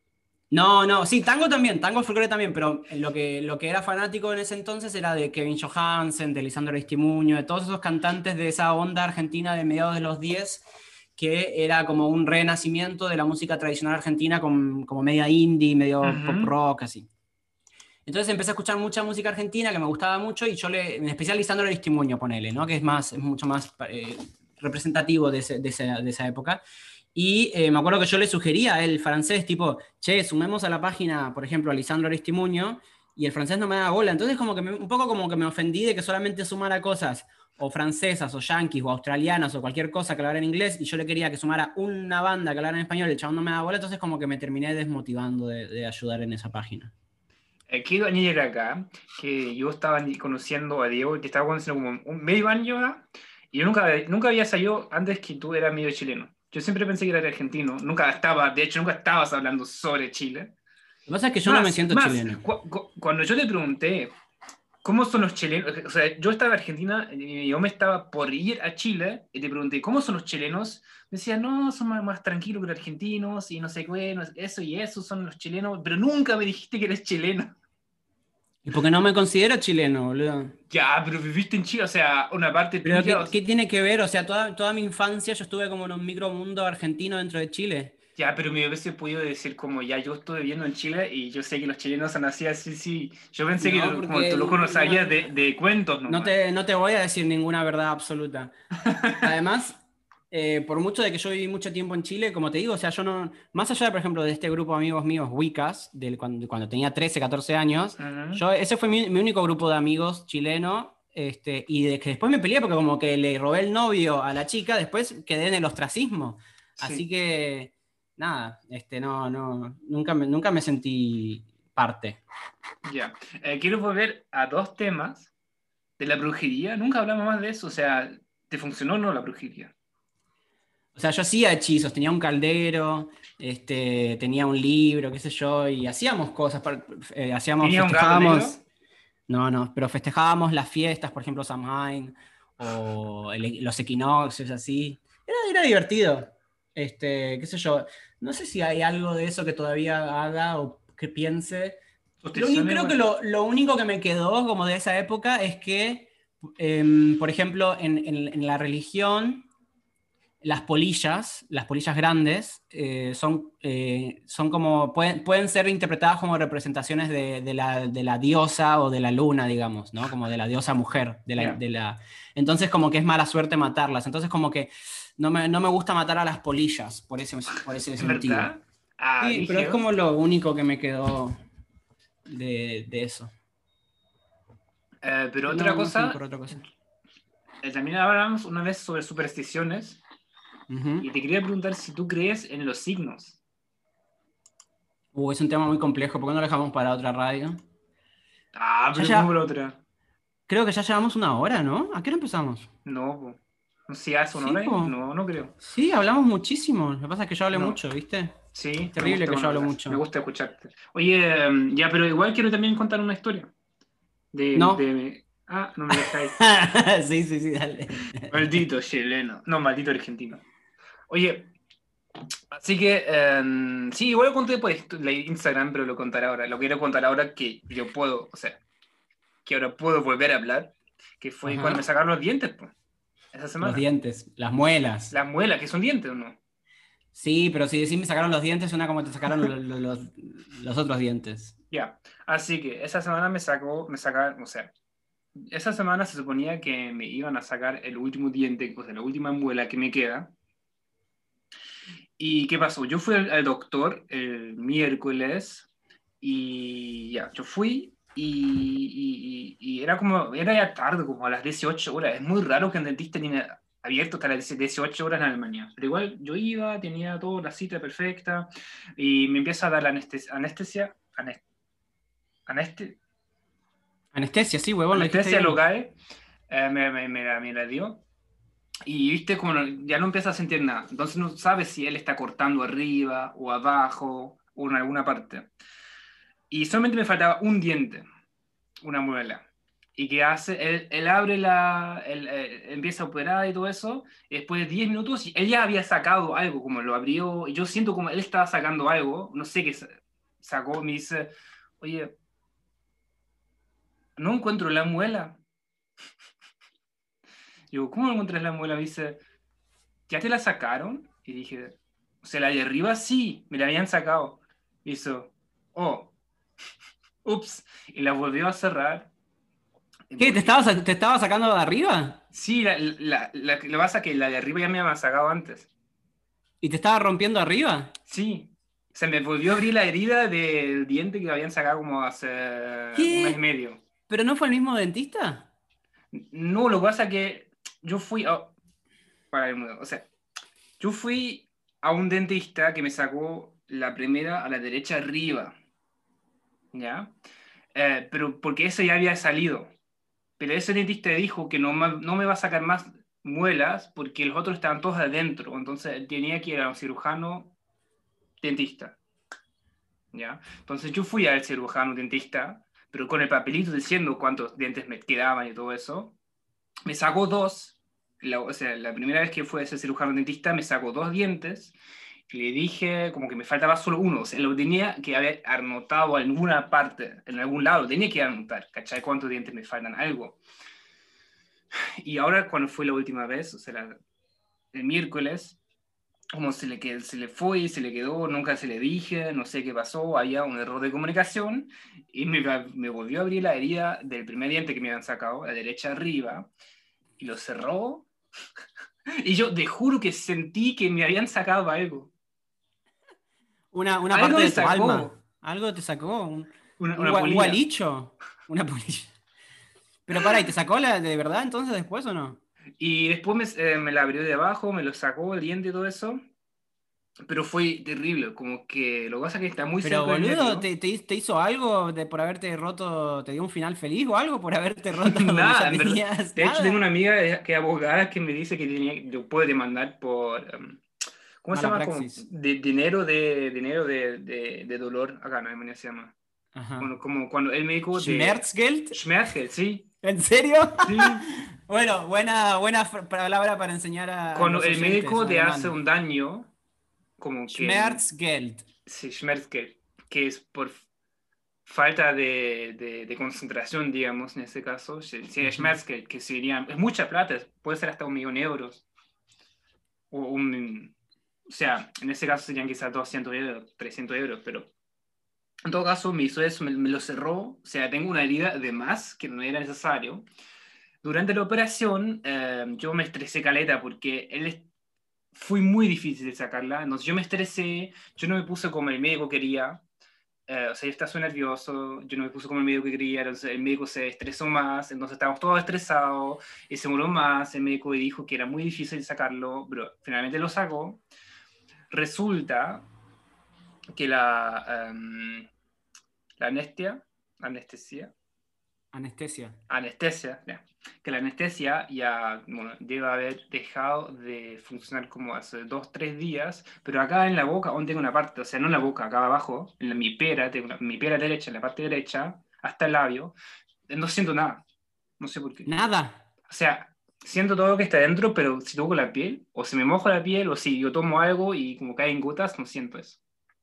No, no, sí, tango también, tango folclore también, pero lo que, lo que era fanático en ese entonces era de Kevin Johansen, de Lisandro Aristimuño, de todos esos cantantes de esa onda argentina de mediados de los diez, que era como un renacimiento de la música tradicional argentina, con, como media indie, medio pop Ujú. rock, así. Entonces empecé a escuchar mucha música argentina que me gustaba mucho y yo le, en especial Lisandro Aristimuño, ponele, ¿no? Que es más, es mucho más eh, representativo de, ese- de esa, de esa época. Y eh, me acuerdo que yo le sugería a él, francés, tipo, che, sumemos a la página, por ejemplo, a Lisandro Aristimuño, y el francés no me daba bola. Entonces como que me- un poco como que me ofendí de que solamente sumara cosas o francesas o yanquis o australianas o cualquier cosa que hablara en inglés y yo le quería que sumara una banda que hablara en español y el chabón no me daba bola, entonces como que me terminé desmotivando de, de ayudar en esa página. Eh, quiero añadir acá que yo estaba ni- conociendo a Diego, que estaba conociendo como un medio año ya, y yo nunca, nunca había salido antes que tú eras medio chileno. Yo siempre pensé que eras argentino, nunca estaba, de hecho, nunca estabas hablando sobre Chile. Lo que pasa es que yo no me Más, siento más, chileno. cu- cu- cuando yo te pregunté cómo son los chilenos, o sea, yo estaba en Argentina y yo me estaba por ir a Chile y te pregunté cómo son los chilenos, me decían, no, son más, más tranquilos que los argentinos y no sé qué, no- eso y eso son los chilenos, pero nunca me dijiste que eres chileno. Y porque no me considero chileno, boludo. Ya, pero viviste en Chile, o sea, una parte Pero tuya, ¿qué, o sea, qué tiene que ver? O sea, toda, toda mi infancia yo estuve como en un micromundo argentino dentro de Chile. ya, pero me hubiese podido decir como, ya, yo estuve viviendo en Chile y yo sé que los chilenos son así, así, sí. Yo pensé que No, lo- como tú porque lo conocías no, de, de cuentos no nomás. te, no te voy a decir ninguna verdad absoluta. Además, eh, por mucho de que yo viví mucho tiempo en Chile, como te digo, o sea, yo no, más allá, por ejemplo, de este grupo de amigos míos, Wicas, del, cuando, cuando tenía trece, catorce años, Ujú. yo, ese fue mi, mi único grupo de amigos chileno, este, y de que después me peleé porque como que le robé el novio a la chica, después quedé en el ostracismo. Así Sí, que, nada, este, no, no, nunca me, nunca me sentí parte. ya. Eh, quiero volver a dos temas de la brujería. Nunca hablamos más de eso, o sea, ¿te funcionó o no la brujería? O sea, yo hacía hechizos, tenía un caldero, este, tenía un libro, qué sé yo, y hacíamos cosas, par- eh, hacíamos, ¿Tenía un gato festejábamos, negro? no, no, pero festejábamos las fiestas, por ejemplo, Samhain, o el- los equinoccios, así. Era, era divertido. Este, qué sé yo, no sé si hay algo de eso que todavía haga o que piense. Lo único, ¿Supersticiones creo que igual? lo, lo único que me quedó como de esa época es que, em, por ejemplo, en, en- en la religión las polillas, las polillas grandes, eh, son, eh, son como, pueden, pueden ser interpretadas como representaciones de, de la, de la diosa o de la luna, digamos, ¿no? Como de la diosa mujer. De la, Ya. de la... Entonces como que es mala suerte matarlas. Entonces como que no me, no me gusta matar a las polillas por ese, por ese ¿En sentido. verdad? Ah, Sí, pero es rígido. como lo único que me quedó de, de eso. Eh, pero Sí, otra no, no se me cosa, ocurre otra cosa. eh, también hablamos una vez sobre supersticiones Ujú. y te quería preguntar si tú crees en los signos. Uh, es un tema muy complejo, ¿por qué no lo dejamos para otra radio? Ah, Ya, pero ¿cómo ya, la otra? creo que ya llevamos una hora, ¿no? ¿A qué hora empezamos? No, po. No sé, ¿hace una Sí, hora? ¿Eh? po. No, no creo. Sí, hablamos muchísimo. Lo que pasa es que yo hablé No. mucho, ¿viste? Es Sí, me terrible gusta que yo cuando hablo hablas. Me mucho. gusta escucharte. Oye, em, ya, pero igual quiero también contar una historia. De, No. de... Ah, no me dejáis. Sí, sí, sí, dale. Maldito chileno. No, maldito argentino. Oye, así que, em, sí, igual lo conté por esto- la Instagram, pero lo contaré ahora. Lo quiero contar ahora que yo puedo, o sea, que ahora puedo volver a hablar, que fue cuando Ajá. me sacaron los dientes, pues, esa Los semana. dientes, las muelas. Las muelas, que son dientes, ¿o no? Sí, pero si decís me sacaron los dientes, suena como te sacaron lo- lo- los, los otros dientes. Ya. Así que esa semana me sacó, me sacaron, o sea, esa semana se suponía que me iban a sacar el último diente, o sea, la última muela que me queda. ¿Y qué pasó? Yo fui al, al doctor el miércoles y ya, yo fui y, y- y era como, era ya tarde, como a las dieciocho horas. Es muy raro que el dentista tiene abierto hasta las dieciocho horas en Alemania. Pero igual yo iba, tenía toda la cita perfecta y me empieza a dar la anestesia, anestesia, anes- aneste- Anestesia, sí, huevón, lo dijiste anestesia bien. local, eh, me, me- me la, me la dio. Y viste como no- ya no empieza a sentir nada. Entonces no sabes si él está cortando arriba o abajo o en alguna parte. Y solamente me faltaba un diente, una muela. ¿Y qué hace? Él, él abre la... Él, eh, empieza a operar y todo eso. Y después de diez minutos, él ya había sacado algo, como lo abrió. Y yo siento como él estaba sacando algo. No sé qué sa- sacó. Me dice, oye, no encuentro la muela. Digo, ¿cómo no encuentras la muela? Me dice, ¿ya te la sacaron? Y dije, o sea, la de arriba sí, me la habían sacado. Hizo, oh, ups, y la volvió a cerrar. Y ¿Qué? ¿Te volví- estaba, sa- te estaba sacando de arriba? Sí, la, la, la, lo que pasa es que la de arriba ya me habían sacado antes. ¿Y te estaba rompiendo arriba? Sí, se me volvió a abrir la herida del diente que me habían sacado como hace un mes y ¿Qué? medio. ¿Pero no fue el mismo dentista? No, lo que pasa es que yo fui a, para el- o sea, yo fui a un dentista que me sacó la primera a la derecha arriba, ¿ya? Eh, pero porque eso ya había salido. Pero ese dentista dijo que no, ma- no me va a sacar más muelas porque los otros estaban todos adentro. Entonces tenía que ir a un cirujano dentista, ¿ya? Entonces yo fui al cirujano dentista, pero con el papelito diciendo cuántos dientes me quedaban y todo eso. Me sacó dos. La, o sea, la primera vez que fue a ese cirujano dentista me sacó dos dientes. Y le dije como que me faltaba solo uno, o sea, lo tenía que haber anotado en alguna parte, en algún lado, tenía que anotar, ¿cachai? ¿Cuántos dientes me faltan? Algo. Y ahora cuando fue la última vez, o sea, la- el miércoles, como se le, que- se le fue, se le quedó, nunca se le dije, no sé qué pasó, había un error de comunicación y me, me volvió a abrir la herida del primer diente que me habían sacado, a la derecha arriba, y lo cerró. Y yo te juro que sentí que me habían sacado algo. Una, una Algo parte me de tu alma. sacó, Algo te sacó. Un, una, un, una gua- un polilla. gualicho. Una polilla. Pero para, ¿y te sacó la de verdad entonces después o no? Y después me, eh, me la abrió de abajo, me lo sacó el diente y todo eso. Pero fue terrible, como que lo que pasa es que está muy Pero cerca del boludo, nervio. ¿te, te, te hizo algo de, por haberte roto, te dio un final feliz o algo por haberte roto donde ya Nada, en verdad. tenías De hecho, tengo una nada? amiga que es abogada que me dice que tenía, lo puede demandar por, em, ¿cómo se Mala llama? Como praxis. de, dinero de dinero de, de, de dolor, acá en Alemania se llama. Ajá. Bueno, como cuando el médico de ¿Schmerzgeld? Schmerzgeld, sí, ¿En serio? sí. Bueno, buena, buena fr- palabra para enseñar a, a Cuando los el oyentes médico te hace alemán. un daño, como que, Schmerzgeld. sí, Schmerzgeld, que es por falta de, de, de concentración, digamos, en este caso, si si es Ujú. Schmerzgeld, que sería, es mucha plata, puede ser hasta un millón de euros. O, un, o sea, en ese caso serían quizás doscientos euros, trescientos euros, pero en todo caso me hizo eso, me, me lo cerró, o sea, tengo una herida de más que no era necesario. Durante la operación eh, yo me estresé caleta porque él es- fue muy difícil de sacarla, entonces yo me estresé, yo no me puse como el médico quería, Eh, o sea, yo estaba súper nervioso, yo no me puse como el médico que quería, entonces el médico se estresó más, entonces estábamos todos estresados y se demoró más. El médico dijo que era muy difícil sacarlo, pero finalmente lo sacó. Resulta que la, em, la anestesia, anestesia, Anestesia. anestesia, ya, que la anestesia ya, bueno, debe haber dejado de funcionar como hace dos, tres días, pero acá en la boca aún tengo una parte, o sea, no en la boca, acá abajo, en la, mi pera, tengo una- mi pera derecha, en la parte derecha, hasta el labio, eh, no siento nada, no sé por qué. Nada. O sea, siento todo lo que está dentro, pero si toco la piel, o si me mojo la piel, o si yo tomo algo y como caen gotas, no siento eso.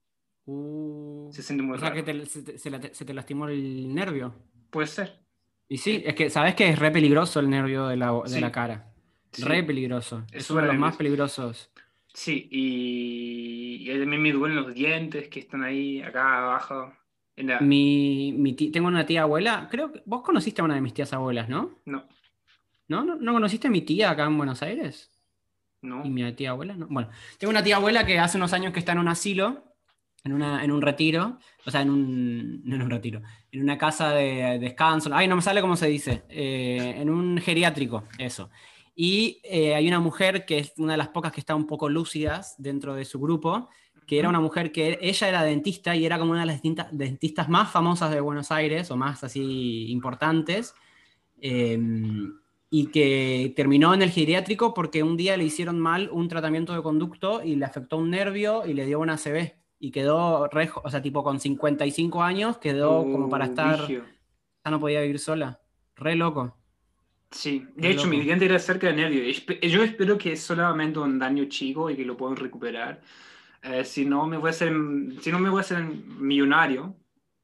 Uh, Se siente muy o sea que raro. te- se, te, se la- se te lastimó el nervio. Puede ser. Y sí, Eh, es que sabes que es re peligroso el nervio de la, de la sí, cara. Re sí, peligroso. es Es uno de súper los más nervioso. peligrosos. Sí, y, y también me duelen los dientes que están ahí, acá abajo. En la... Mi, mi ti- tengo una tía abuela. Creo que vos conociste a una de mis tías abuelas, ¿no? No, ¿No? ¿No, no conociste a mi tía acá en Buenos Aires? ¿Y no. mi tía abuela? No. Bueno, tengo una tía abuela que hace unos años que está en un asilo, en, una, en un retiro, o sea, en un, no en un retiro, en una casa de descanso. Ay, no me sale cómo se dice. Eh, en un geriátrico, eso. Y eh, hay una mujer que es una de las pocas que está un poco lúcidas dentro de su grupo, que era Ujú. una mujer que ella era dentista y era como una de las distintas, dentistas más famosas de Buenos Aires, o más así importantes. eh, y que terminó en el geriátrico porque un día le hicieron mal un tratamiento de conducto y le afectó un nervio y le dio una A C V. Y quedó, re, o sea, tipo con cincuenta y cinco años, quedó como para Uh, estar, brígido. ya no podía vivir sola. Re loco, Sí, de re hecho, mi loco. diente era cerca del nervio. Espe- Yo espero que es solamente un daño chico y que lo puedan recuperar. Eh, si no, me voy a hacer, si no, me voy a hacer millonario.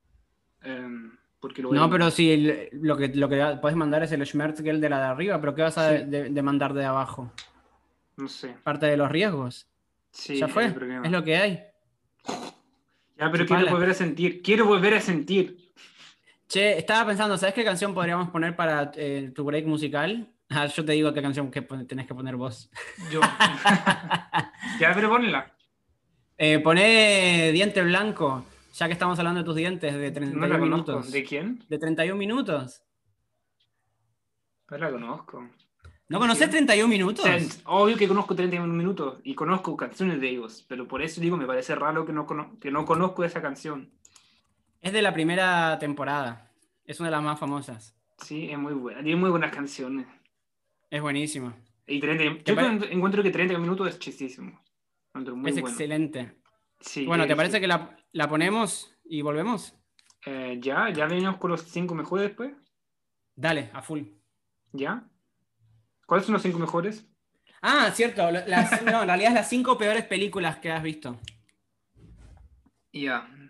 em, porque lo voy a No, pero vender. si el- lo que, lo que puedes mandar es el Schmerzgeld de la de arriba, pero ¿qué vas a Sí, de- demandar de abajo? no sé. Parte de los riesgos. Sí, Ya es el fue, es problema. lo que hay. Ya, pero quiero Chupala. volver a sentir. Quiero volver a sentir. Che, estaba pensando, ¿sabes qué canción podríamos poner para eh, tu break musical? Ah, yo te digo qué canción que pon- tenés que poner vos. Yo. Ya, pero ponla. Eh, poné Diente Blanco, ya que estamos hablando de tus dientes, de No treinta y la uno conozco. ¿De minutos. quién? ¿De treinta y uno minutos? No la conozco. ¿No conoces Canción. treinta y uno O sea, minutos? obvio que conozco treinta y uno minutos y conozco canciones de ellos, pero por eso digo, me parece raro que no, cono- que no conozco esa canción. Es de la primera temporada. Es una de las más famosas. Sí, es muy buena. Tiene muy buenas canciones. Es buenísima. Y treinta ¿Te yo pare- creo- encuentro que treinta minutos es chistísimo. Encuentro muy Es bueno. excelente. Sí, Bueno, ¿te eh, parece que la, la ponemos y volvemos? eh, ya, ya venimos con los cinco mejores después. Dale, a full. ¿Ya? ¿Cuáles son los cinco mejores? Ah, cierto. lo- Las, no, en realidad es las cinco peores películas que has visto. Ya.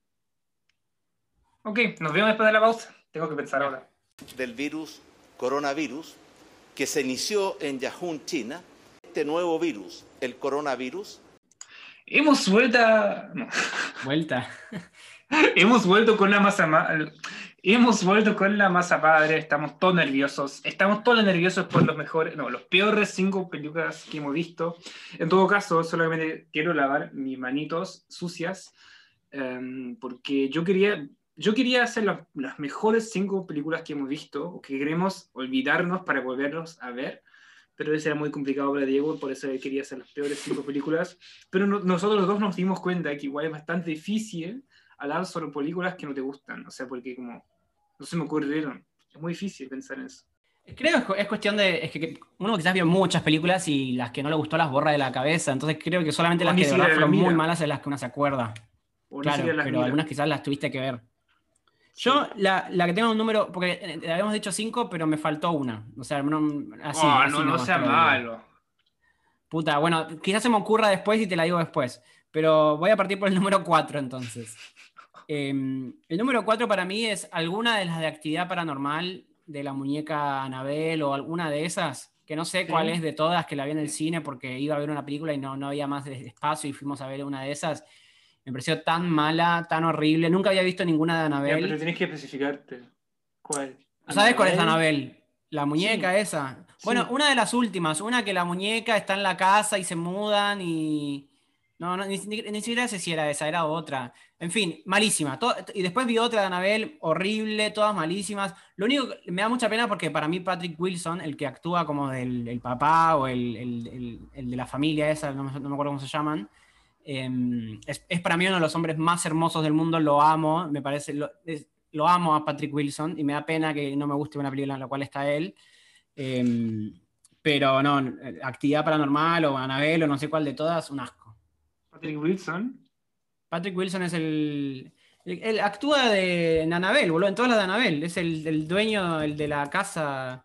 Ok, nos vemos después de la pausa. Tengo que pensar Ya. ahora. Del virus coronavirus que se inició en Wuhan, China. Este nuevo virus, el coronavirus, Hemos vuelto. a- no. Vuelta. Hemos vuelto con la masa ma- Hemos vuelto con la masa padre, estamos todos nerviosos, estamos todos nerviosos por los mejores, no, los peores cinco películas que hemos visto. En todo caso, solamente quiero lavar mis manitos sucias, em, porque yo quería, yo quería hacer las, las mejores cinco películas que hemos visto, o que queremos olvidarnos para volvernos a ver, pero eso era muy complicado para Diego, por eso él quería hacer las peores cinco películas, pero no- nosotros los dos nos dimos cuenta que igual es bastante difícil hablar sobre películas que no te gustan, o sea, porque como no se me ocurrieron, es muy difícil pensar en eso. Creo que es cu- es cuestión de. Es que uno quizás vio muchas películas y las que no le gustó las borra de la cabeza. Entonces creo que solamente O las ni que de siquiera verdad las fueron muy mira, malas es las que uno se acuerda. o ni siquiera Claro, las pero mira. algunas quizás las tuviste que ver. Sí. Yo, la, la que tengo un número. Porque eh, habíamos dicho cinco, pero me faltó una. O sea, no- así, Oh, así no, no nomás sea te lo digo. malo. Puta, bueno, quizás se me ocurra después y te la digo después. Pero voy a partir por el número cuatro entonces. Eh, el número cuatro para mí es alguna de las de actividad paranormal de la muñeca Annabelle o alguna de esas, que no sé cuál es Sí. de todas, que la vi en el cine porque iba a ver una película y no, no había más de- espacio y fuimos a ver una de esas. Me pareció tan mala, tan horrible. Nunca había visto ninguna de Ya, pero Annabelle. tienes que especificarte. ¿Cuál? ¿Sabes cuál es ¿Annabelle? Annabelle? La muñeca Sí, esa. Bueno, sí. una de las últimas, una que la muñeca está en la casa y se mudan y, No, no, ni, ni- ni siquiera sé si era esa, era otra. En fin, malísima. Todo- y después vi otra de Annabelle, horrible, todas malísimas. Lo único que me da mucha pena porque para mí Patrick Wilson, el que actúa como del el papá o el, el- el- el de la familia esa, no, me no me acuerdo cómo se llaman, eh, es, es para mí uno de los hombres más hermosos del mundo, lo amo, me parece, lo, es- lo amo a Patrick Wilson y me da pena que no me guste una película en la cual está él. Eh, pero no, Actividad Paranormal o Annabelle o no sé cuál de todas, un asco. Patrick Wilson. Patrick Wilson es el. el- Él actúa de en Annabelle, boludo, en todas las de Annabelle. Es el, el dueño, el de la casa.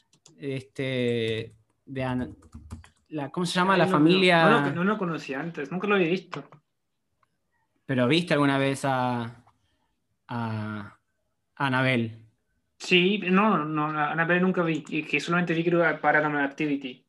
Este. De Ana- la, ¿Cómo se llama? Ahí La lo veo. No lo, familia. no lo conocía antes, nunca lo había visto. Pero ¿viste alguna vez a. a, a Annabelle? Sí, no, no, Annabelle nunca vi. Y que solamente vi creo que Paranormal Activity.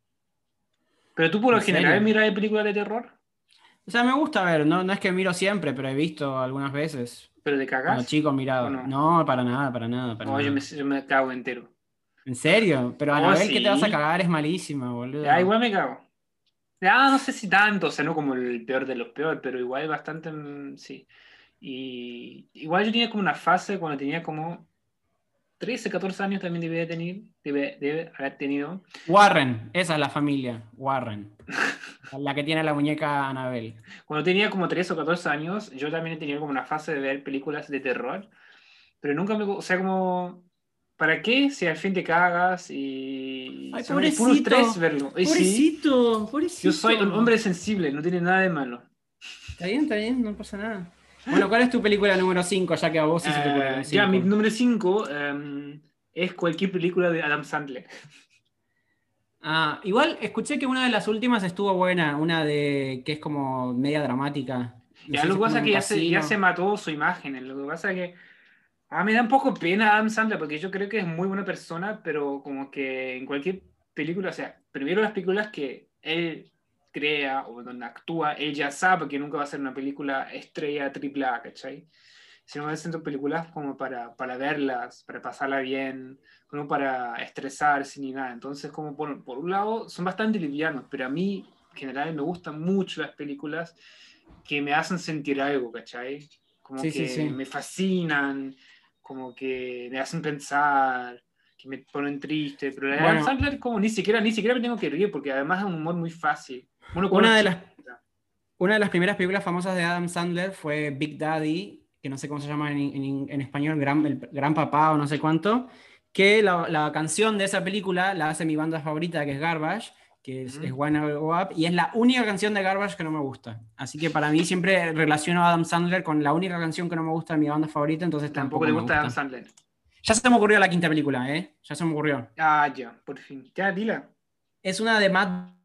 Pero tú por lo ¿En general serio? miras películas de terror, O sea, me gusta ver, no, no es que miro siempre, pero he visto algunas veces. pero de Cuando cagas, chico ¿o miraba. no? No, para nada, para nada, para No, yo me, nada. yo me cago entero. ¿En serio? Pero Oh, Annabelle, ¿qué te vas a sí. cagar? Es malísima, Ya, boludo. igual me cago. Ya, no sé si tanto, o sea, no como el peor de los peores, pero igual bastante, mm, sí. Y igual yo tenía como una fase cuando tenía como trece catorce años también debe tener, debe, debe haber tenido. Warren, esa es la familia, Warren. La que tiene la muñeca Annabelle. Cuando tenía como trece o catorce años, yo también tenía como una fase de ver películas de terror, pero nunca me, o sea, como, ¿para qué si al fin te cagas y Ay, son es puro estrés pobrecito, verlo? Y sí, pobrecito, yo soy un pobrecito. hombre sensible, no tiene nada de malo. Está bien, está bien, no pasa nada. Bueno, ¿cuál es tu película número cinco? Ya que a vos sí se te ocurrieron Eh, ya, mi cinco. número cinco es cualquier película de Adam Sandler. Ah, igual escuché que una de las últimas estuvo buena, una de que es como media dramática. No Ya, sé lo si que es como pasa en es un que ya se, ya se casino. mató su imagen. Lo que pasa es que a mí me da un poco pena Adam Sandler porque yo creo que es muy buena persona, pero como que en cualquier película, o sea, primero las películas que él crea o donde actúa, él ya sabe que nunca va a ser una película estrella triple A, ¿cachai? Sino que son películas como para, para verlas, para pasarla bien, como para estresarse ni nada. Entonces, como por, por un lado, son bastante livianos, pero a mí, en general, me gustan mucho las películas que me hacen sentir algo, ¿cachai? Como Sí, sí, que sí. me fascinan, como que me hacen pensar, que me ponen triste, pero la de Adam Bueno, Sandler como ni siquiera, ni siquiera me tengo que reír, porque además es un humor muy fácil. Bueno, con los una de las, chistes. una de las primeras películas famosas de Adam Sandler fue Big Daddy, que no sé cómo se llama en, en- en español, Gran, el Gran Papá o no sé cuánto, que la, la canción de esa película la hace mi banda favorita, que es Garbage, que es, es Ujú. Wanna Go Up, y es la única canción de Garbage que no me gusta. Así que para mí siempre relaciono a Adam Sandler con la única canción que no me gusta de mi banda favorita, entonces Tampoco tampoco te me gusta Adam gusta. Sandler. Ya se me ocurrió la quinta película, ¿eh? Ya se me ocurrió. Ah, ya, por fin. Ya, dila. Es una de Matt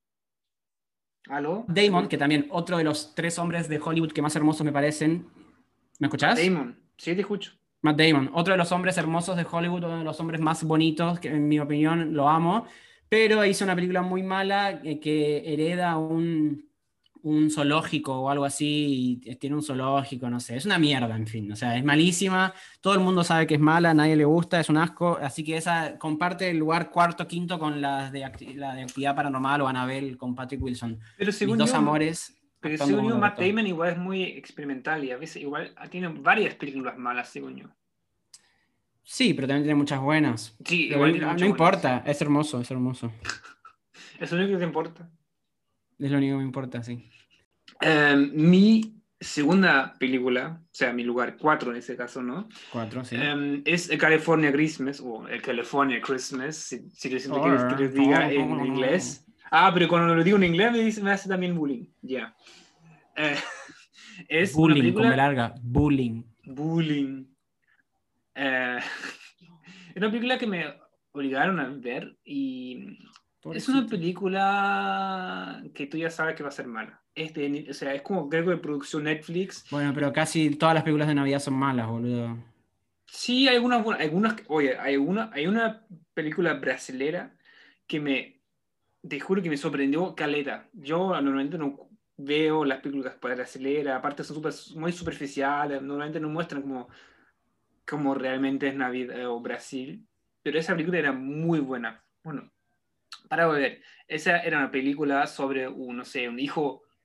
¿Aló? Se Damon, que cortó. también otro de los tres hombres de Hollywood que más hermosos me parecen. ¿Me Matt escuchás? Damon. Sí, te escucho. Matt Damon, otro de los hombres hermosos de Hollywood, uno de los hombres más bonitos, que en mi opinión lo amo, pero hizo una película muy mala eh, que hereda un, un zoológico o algo así, y tiene un zoológico, no sé, es una mierda, en fin, o sea, es malísima, todo el mundo sabe que es mala, a nadie le gusta, es un asco, así que esa comparte el lugar cuarto, quinto con las de, acti- la de Actividad Paranormal o Annabelle con Patrick Wilson. Pero Mis según dos yo, amores pero actuando según como yo, el Matt orto. Damon igual es muy experimental y a veces igual tiene varias películas malas, según yo. Sí, pero también tiene muchas buenas. Sí, Pero igual tiene no muchas buenas, sí. importa, es hermoso, es hermoso. Eso es lo único que te importa. Es lo único que me importa, sí. Eh, mi segunda película, o sea, mi lugar cuatro en ese caso, ¿no? Cuatro, sí. Eh, es el California Christmas, o el California Christmas, si, si lo siempre quieres que Or- les diga en inglés. Ah, pero cuando lo digo en inglés me, dice, me hace también bullying. Ya. Eh, es una Bullying, con B película larga. Bullying. bullying. Eh, es una película que me obligaron a ver y es una Pobrecito. película que tú ya sabes que va a ser mala. Es de- o sea, es como creo que de producción Netflix. Bueno, pero casi todas las películas de Navidad son malas, boludo. Sí, hay algunas, buenas- algunas, oye, hay una, hay una película brasilera que me, te juro que me sorprendió caleta. Yo normalmente no veo las películas brasileras, aparte son super- muy superficiales, normalmente no muestran como, como realmente es Navidad o Brasil, pero esa película era muy buena. Bueno, para ver, esa era una película sobre un, no sé, un hijo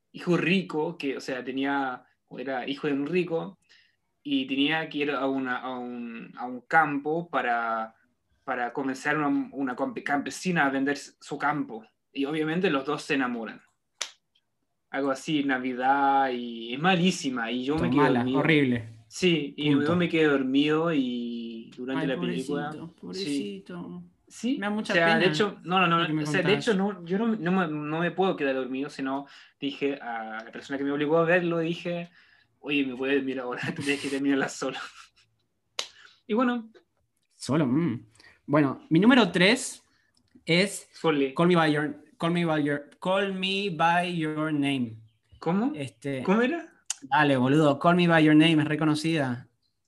hijo rico, que, o sea, tenía, era hijo de un rico, y tenía que ir a, una, a, un, a un campo para, para convencer a una, una campesina a vender su campo. Y obviamente los dos se enamoran. Algo así, Navidad, y es malísima, y yo me quedé Mala, dormido. horrible. Sí, y Punto. yo me quedé dormido y durante Ay, la película, pobrecito, sí, pobrecito. sí, Me da o mucha sea, de pena hecho, no, no, lo que no, me o sea, de hecho, contás. no, yo no, no, me, no me puedo quedar dormido, sino dije a la persona que me obligó a verlo, dije, oye, me puedes mirar ahora, tienes que terminarla solo. Y bueno, Solo. mm. Bueno, mi número tres es Sole, Call Me By Your, Call Me By Your, Call Me By Your Name. ¿cómo? Este, ¿Cómo era? dale, boludo, Call Me By Your Name es reconocida.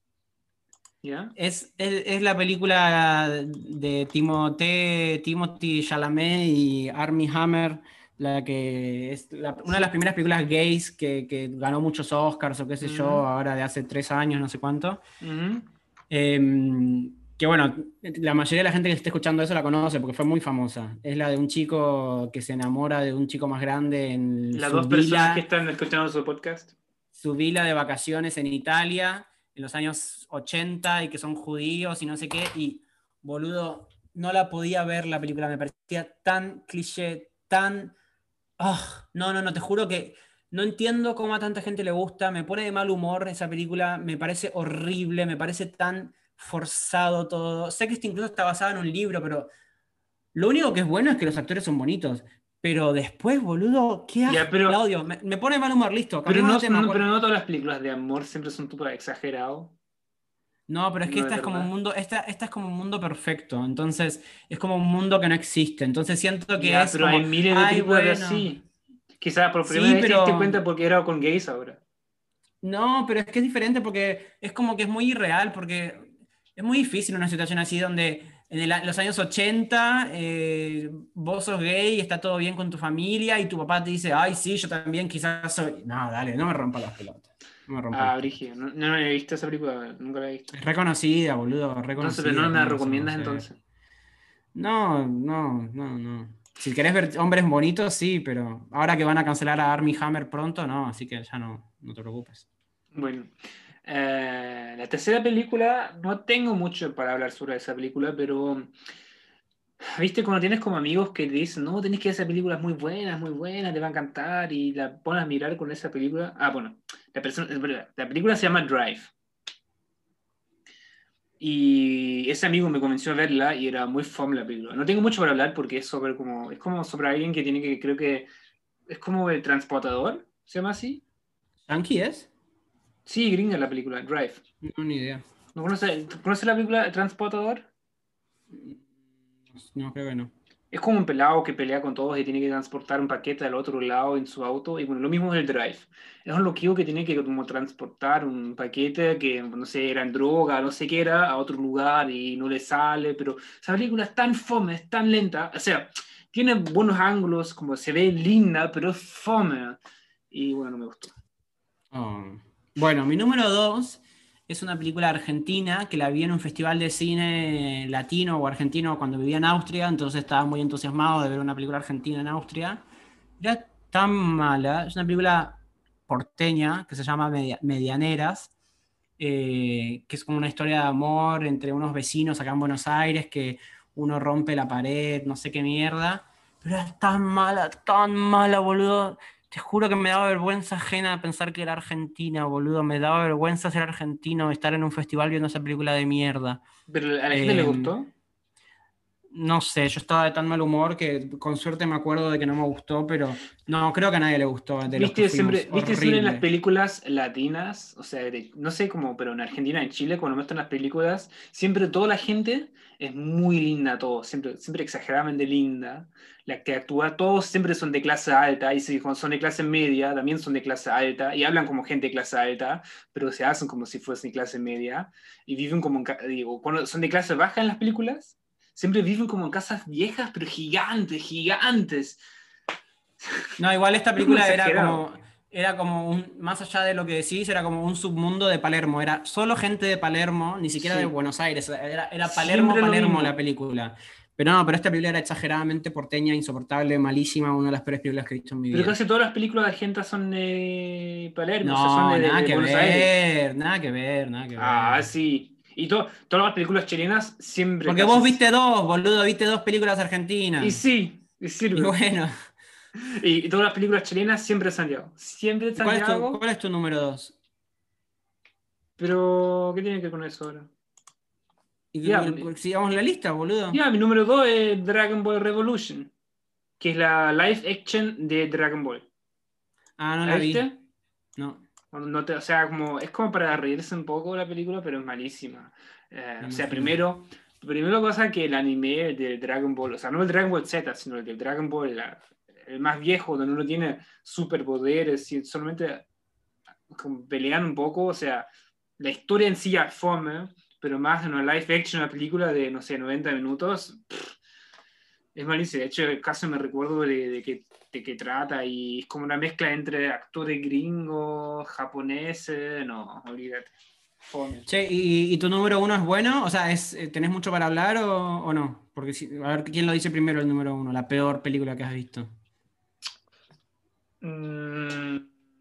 ¿Ya? Es, es, es la película de Timothée, Timothy Chalamet y Armie Hammer, la que es la- una de las Sí. primeras películas gays que, que ganó muchos Oscars o qué sé yo, Ujú, ahora de hace tres años, no sé cuánto. ujú. Eh, que bueno, la mayoría de la gente que esté escuchando eso la conoce porque fue muy famosa. Es la de un chico que se enamora de un chico más grande en Las su dos personas que vila, están escuchando su podcast. su vila de vacaciones en Italia en los años ochenta y que son judíos y no sé qué. Y boludo, no la podía ver la película, me parecía tan cliché, tan... ah, no, no, no, te juro que no entiendo cómo a tanta gente le gusta, me pone de mal humor esa película, me parece horrible, me parece tan forzado todo. Sé que este incluso está basado en un libro, pero lo único que es bueno es que los actores son bonitos. Pero después, boludo, qué Ya, asco, pero, Claudio, me, me pone de mal humor, listo, pero, cambiemos no, de tema. no- pero Cual- no todas las películas de amor siempre son súper exagerados. No, pero es que No es esta es como un verdad. mundo, esta, esta es como un mundo perfecto, entonces es como un mundo que no existe. Entonces siento que Ya, es pero hay como, miles de ay, películas de bueno, así. Quizás por primera sí, vez te diste pero cuenta porque era con gays ahora. no, pero es que es diferente porque es como que es muy irreal, porque es muy difícil una situación así donde en el a- los años ochenta eh, vos sos gay y está todo bien con tu familia y tu papá te dice, ay, sí, yo también quizás soy... No, dale, no me rompa las pelotas. No me rompa las Ah, pelotas. Brígido. No, no he visto esa película, nunca la he visto. Es reconocida, boludo, Entonces, pero no reconocida, me la ¿cómo no vas a recomiendas conocer? entonces. No, no, no, no. Si querés ver hombres bonitos, sí, pero ahora que van a cancelar a Armie Hammer pronto, no, así que ya no, no te preocupes. Bueno, eh, la tercera película, no tengo mucho para hablar sobre esa película, pero viste cuando tienes como amigos que te dicen, no, tenés que ver esa película, es muy buena, es muy buena, te va a encantar, y la pones a mirar con esa película. Ah, bueno, la, persona, es verdad, la película se llama Drive. Y ese amigo me convenció a verla y era muy fome la película. No tengo mucho para hablar porque es sobre como, es como sobre alguien que tiene que, creo que es como el transportador, ¿se llama así? ¿Yankee es? Sí, gringa la película, Drive. No, ni idea. ¿No conoces, conoces la película El Transportador? No, creo que no. Es como un pelado que pelea con todos y tiene que transportar un paquete al otro lado en su auto. Y bueno, lo mismo es el Drive. Es un loquillo que tiene que como transportar un paquete que, no sé, era en droga, no sé qué era, a otro lugar y no le sale. Pero esa película es tan fome, es tan lenta. O sea, tiene buenos ángulos, como se ve linda, pero es fome. Y bueno, no me gustó. Oh. Bueno, mi número dos es una película argentina que la vi en un festival de cine latino o argentino cuando vivía en Austria, entonces estaba muy entusiasmado de ver una película argentina en Austria. Era tan mala, es una película porteña que se llama Media- Medianeras, eh, que es como una historia de amor entre unos vecinos acá en Buenos Aires, que uno rompe la pared, no sé qué mierda, pero era tan mala, tan mala, boludo. Te juro que me daba vergüenza ajena pensar que era Argentina, boludo. Me daba vergüenza ser argentino, estar en un festival viendo esa película de mierda. Pero a la gente le Eh, gustó. no sé, yo estaba de tan mal humor que con suerte me acuerdo de que no me gustó, pero no, creo que a nadie le gustó de los que Viste siempre, fuimos. viste siempre en las Horrible. películas latinas, o sea, de- no sé cómo, pero en Argentina, en Chile, cuando muestran las películas, siempre toda la gente es muy linda, todo, siempre, siempre exageradamente linda. La que actúa, todos siempre son de clase alta, y si son de clase media, también son de clase alta, y hablan como gente de clase alta, pero se hacen como si fuesen de clase media, y viven como en, ca- digo, cuando son de clase baja en las películas, siempre viven como en casas viejas, pero gigantes, gigantes. No, igual esta Es como película era exagerado. como, era como un, más allá de lo que decís, era como un submundo de Palermo. Era solo gente de Palermo, ni siquiera de Sí. Buenos Aires. Era, era Palermo, Siempre lo Palermo la mismo. película. Pero no, pero esta película era exageradamente porteña, insoportable, malísima, una de las peores películas que he visto en mi Pero vida. casi todas las películas de Argenta son de Palermo, o sea, son No, de, de- nada de que Buenos Aires. ver, nada que ver, nada que Ah, ver. sí. Y to- todas las películas chilenas siempre Porque casi... vos viste dos, boludo, viste dos películas argentinas. Y sí, y Y sirve. bueno, Y, y todas las películas chilenas siempre de Santiago. Siempre de ¿y cuál es tu, Santiago. cuál es tu número dos? Pero, ¿qué tiene que ver con eso ahora? Y Ya, que- sigamos la lista, boludo. ya, mi número dos es Dragon Ball Revolution, que es la live action de Dragon Ball. Ah, no ¿La la vi. viste? No, No no te, o sea, como, es como para reírse un poco la película, pero es malísima. Eh, me o sea, imagino. primero, primero cosa que el anime de Dragon Ball, o sea, no el Dragon Ball Z, sino el de Dragon Ball, la- el más viejo, donde uno tiene superpoderes y solamente como pelean un poco, o sea, la historia en sí ya es fome, pero más en una live action, una película de, no sé, noventa minutos, pff, es malísimo. De hecho, el caso me recuerdo de, de que, de qué trata y es como una mezcla entre actores gringos, japoneses, no, olvídate. Fome. Che, ¿y, y tu número uno es bueno? O sea, es, eh, ¿tenés mucho para hablar o, o no? Porque si- a ver, ¿quién lo dice primero el número uno? La peor película que has visto. Mm,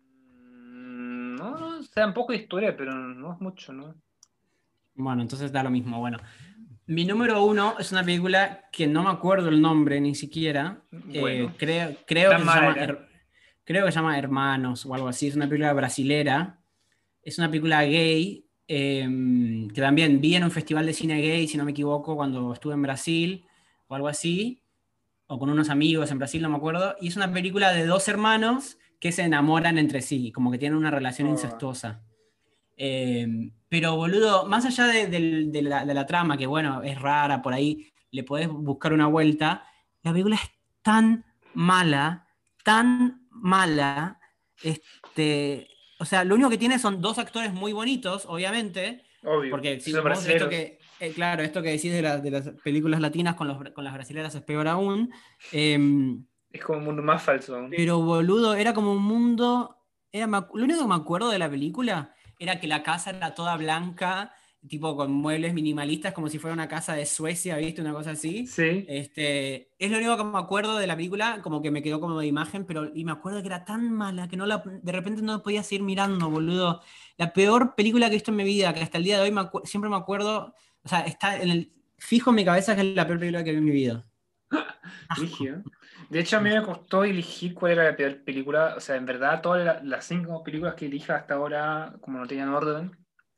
no, no, o sea, un poco de historia, pero no es mucho, ¿no? Bueno, entonces da lo mismo. Bueno, mi número uno es una película que no me acuerdo el nombre ni siquiera. Eh, Bueno, creo, creo que tan se mala llama, era. Her- creo que se llama Hermanos o algo así. Es una película brasilera. Es una película gay eh, que también vi en un festival de cine gay, si no me equivoco, cuando estuve en Brasil o algo así, o con unos amigos en Brasil, no me acuerdo. Y es una película de dos hermanos que se enamoran entre sí, como que tienen una relación Oh, incestuosa. Eh, pero boludo, más allá de, del- de la, de la trama, que bueno, es rara, por ahí le podés buscar una vuelta, la película es tan mala, tan mala, este, o sea, lo único que tiene son dos actores muy bonitos, obviamente, obvio, porque si son vos esto brasileros. que, eh, claro, esto que decís de, la- de las películas latinas con, los, con las brasileras es peor aún, em, Es como un mundo más falso aún. pero boludo, era como un mundo. Era, me acu- lo único que me acuerdo de la película era que la casa era toda blanca, tipo con muebles minimalistas, como si fuera una casa de Suecia, ¿viste? Una cosa así. Sí. Este, es lo único que me acuerdo de la película, como que me quedó como de imagen, pero y me acuerdo que era tan mala que no la, de repente no podía seguir mirando, boludo. La peor película que he visto en mi vida, que hasta el día de hoy me acu- siempre me acuerdo, o sea, está en el, fijo en mi cabeza que es la peor película que vi en mi vida. Asco, Rígido. De hecho, a mí me asco. costó elegir cuál era la peor película. O sea, en verdad, todas la- las cinco películas que elija hasta ahora, como no tenían orden.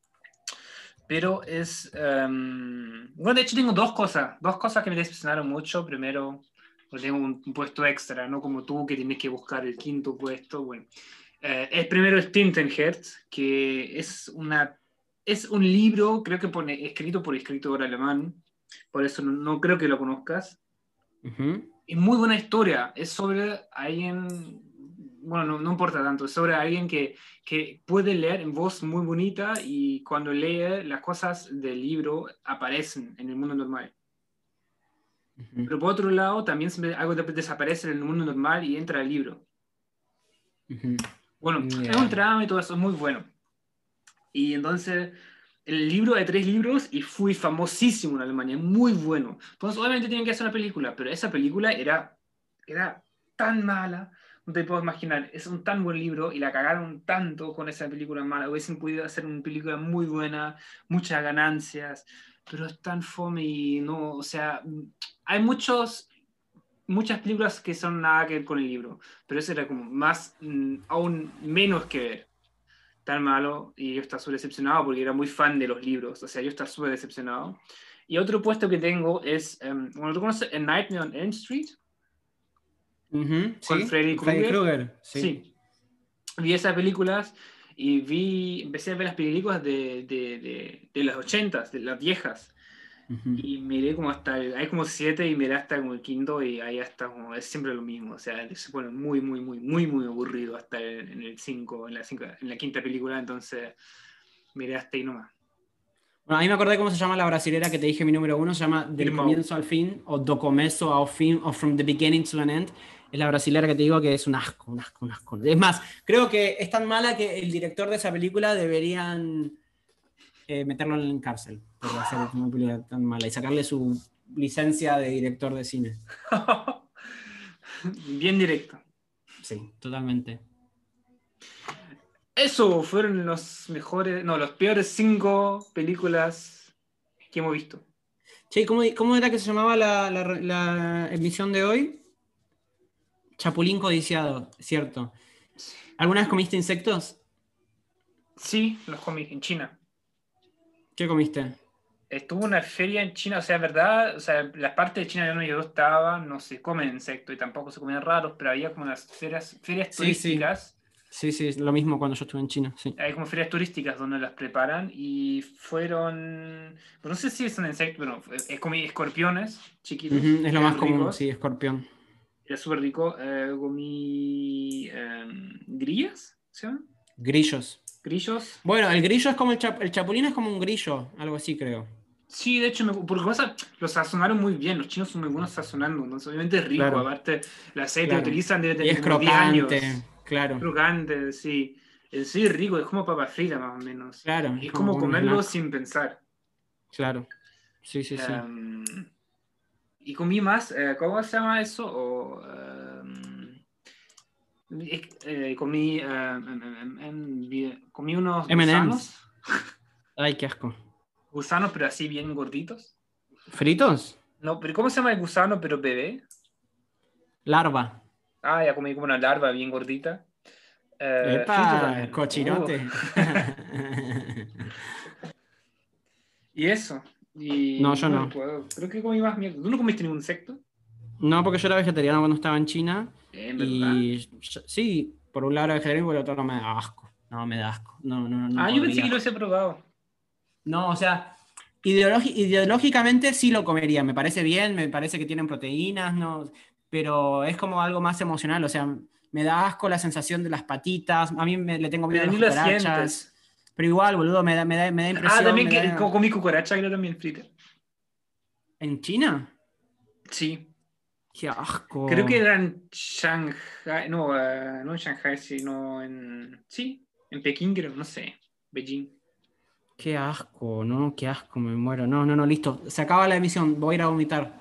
Pero es. em, Bueno, de hecho, tengo dos cosas. Dos cosas que me decepcionaron mucho. Primero, porque tengo un, un puesto extra, no como tú que tienes que buscar el quinto puesto. Bueno, eh, el primero es Tintenherz, que es una. Es un libro, creo que pone, escrito por escritor alemán. Por eso no no creo que lo conozcas. Ujú, Es muy buena historia. Es sobre alguien, bueno, no, no importa tanto, es sobre alguien que, que puede leer en voz muy bonita y cuando lee las cosas del libro aparecen en el mundo normal. ujú. Pero por otro lado, también siempre algo de- desaparece en el mundo normal y entra al libro. Ujú. Bueno, Ni es un idea. trama y todo eso, es muy bueno. Y entonces, el libro de tres libros y fui famosísimo en Alemania, muy bueno. Entonces, obviamente tienen que hacer una película, pero esa película era, era tan mala, no te puedo imaginar. Es un tan buen libro y la cagaron tanto con esa película mala. Hubiesen podido hacer una película muy buena, muchas ganancias, pero es tan fome y no, o sea, hay muchos. Muchas películas que son nada que ver con el libro, pero ese era como más, mm, aún menos que ver tan malo y yo estaba súper decepcionado porque era muy fan de los libros, o sea, yo estaba súper decepcionado. Y otro puesto que tengo es, um, bueno, ¿tú conoces A Nightmare on Elm Street Ujú, con ¿sí? Freddy Con Freddy Krueger? Krueger, sí. Sí, vi esas películas y vi, empecé a ver las películas de, de, de, de las ochentas, de las viejas. Ujú. Y miré como hasta el, hay como siete y miré hasta como el quinto y ahí hasta como, es siempre lo mismo, o sea, se pone muy, muy, muy, muy, muy aburrido hasta el- en el cinco en la cinco en la quinta película, entonces miré hasta ahí nomás. Bueno, a mí me acordé cómo se llama la brasilera que te dije mi número uno, se llama Del Irmão. comienzo al fin, o Do começo ao fin, o From the beginning to an end. Es la brasilera que te digo que es un asco, un asco, un asco. Es más, creo que es tan mala que el director de esa película deberían eh, meterlo en cárcel por hacer una película tan mala y sacarle su licencia de director de cine. Bien directo. Sí, totalmente. Eso fueron los mejores, no, los peores cinco películas que hemos visto. Che, ¿cómo, cómo era que se llamaba la, la, la emisión de hoy? Chapulín codiciado, cierto. ¿Alguna vez comiste insectos? Sí, los comí en China. ¿Qué comiste? Estuvo una feria en China, o sea, verdad, o sea, las partes de China que no yo estaba, no se comen insectos y tampoco se comen raros, pero había como unas ferias, ferias Sí, turísticas. Sí, sí, lo mismo cuando yo estuve en China, sí. Hay como ferias turísticas donde las preparan y fueron, pues no sé si son insectos, pero es comí escorpiones chiquitos, Ujú, es lo eran más común, ricos, sí, escorpión. era súper rico. Eh, comí em, grillas, ¿se llaman? Grillos. Grillos. Bueno, el grillo es como el, chap- el chapulín es como un grillo, algo así creo. Sí, de hecho, me, porque pasa, los sazonaron muy bien, los chinos son muy buenos sazonando, entonces obviamente es rico, Claro, aparte el aceite que claro. utilizan debe Y tener es como diez crocante, años, claro. crocante, sí, en sí es rico, es como papa frita más o menos, Claro, es es como como un comerlo snack. sin pensar. Claro. Sí, sí, sí. Em, y comí más, eh, ¿cómo se llama eso? O, em, eh, eh, comí, em, em, em, em, vi- comí unos M and M's. gusanos, Ay, qué asco. gusanos pero así bien gorditos. ¿Fritos? No, pero ¿cómo se llama el gusano pero bebé? Larva. Ah, ya comí como una larva bien gordita. Eh, frito Epa, también. Uh. cochirote. Y eso. No, Y yo no me no. acuerdo. Creo que comí más mierda. ¿Tú no comiste ningún insecto? No, porque yo era vegetariano cuando estaba en China. Eh, ¿En verdad? Y yo- sí, por un lado era vegetariano y por el otro no me da asco. No, me da asco. No, no, no Ah, yo pensé que podría. lo hubiese probado. No, o sea, ideologi- ideológicamente sí lo comería. Me parece bien, me parece que tienen proteínas, ¿no? Pero es como algo más emocional. O sea, me da asco la sensación de las patitas. A mí me, le tengo miedo a Pero las ni lo cucarachas. sientes. Pero igual, boludo, me da, me da, me da Ah, impresión. también Me que co- da... comí cucaracha, creo también frita. ¿En China? Sí. ¡Qué Creo asco! que era en Shanghai. No, eh, no en Shanghai, sino en. Sí, en Pekín, creo, no sé. Beijing. ¡Qué asco! No, qué asco, me muero. No, no, no, listo. Se acaba la emisión, voy a ir a vomitar.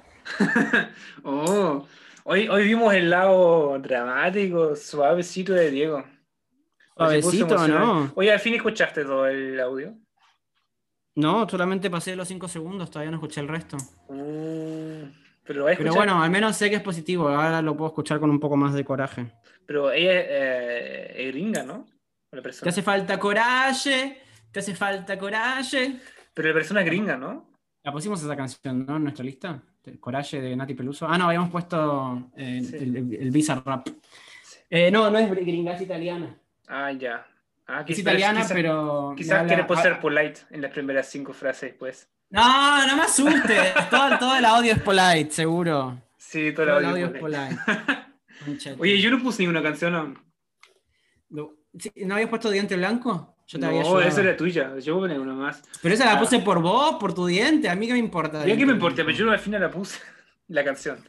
Oh, hoy, hoy vimos el lado dramático, suavecito de Diego. Hoy se puso Suavecito, emocional. ¿no? Oye, al fin escuchaste todo el audio. No, solamente pasé los cinco segundos, todavía no escuché el resto. Uh, pero lo voy a Pero escuchar. bueno, al menos sé que es positivo, ahora lo puedo escuchar con un poco más de coraje. Pero ella eh, es gringa, ¿no? La Te hace persona. falta coraje, te hace falta coraje. Pero la persona es La, gringa, ¿no? la pusimos esa canción, ¿no? En nuestra lista. Coraje de Nati Peluso. Ah, no, habíamos puesto eh, Sí. el, el, el Bizarrap Rap. Sí. Eh, no, no es gringa, es italiana. Ah, ya. Ah, Es quizás, pero italiana, quizás, pero me quizás quiere habla. ser ah, polite en las primeras cinco frases, pues. No, no me asustes. Todo, todo el audio es polite, seguro. Sí, todo el Todo el audio audio es polite. polite. Concha tu- Oye, yo no puse ninguna canción aún. No, ¿sí? ¿No habías puesto diente blanco? Yo te había No, esa ayudado. era tuya. Yo voy a poner una más. Pero esa la Ah, puse por vos, por tu diente. A mí qué me importa ya que diente me importa, pero blanco. yo al final la puse, la canción.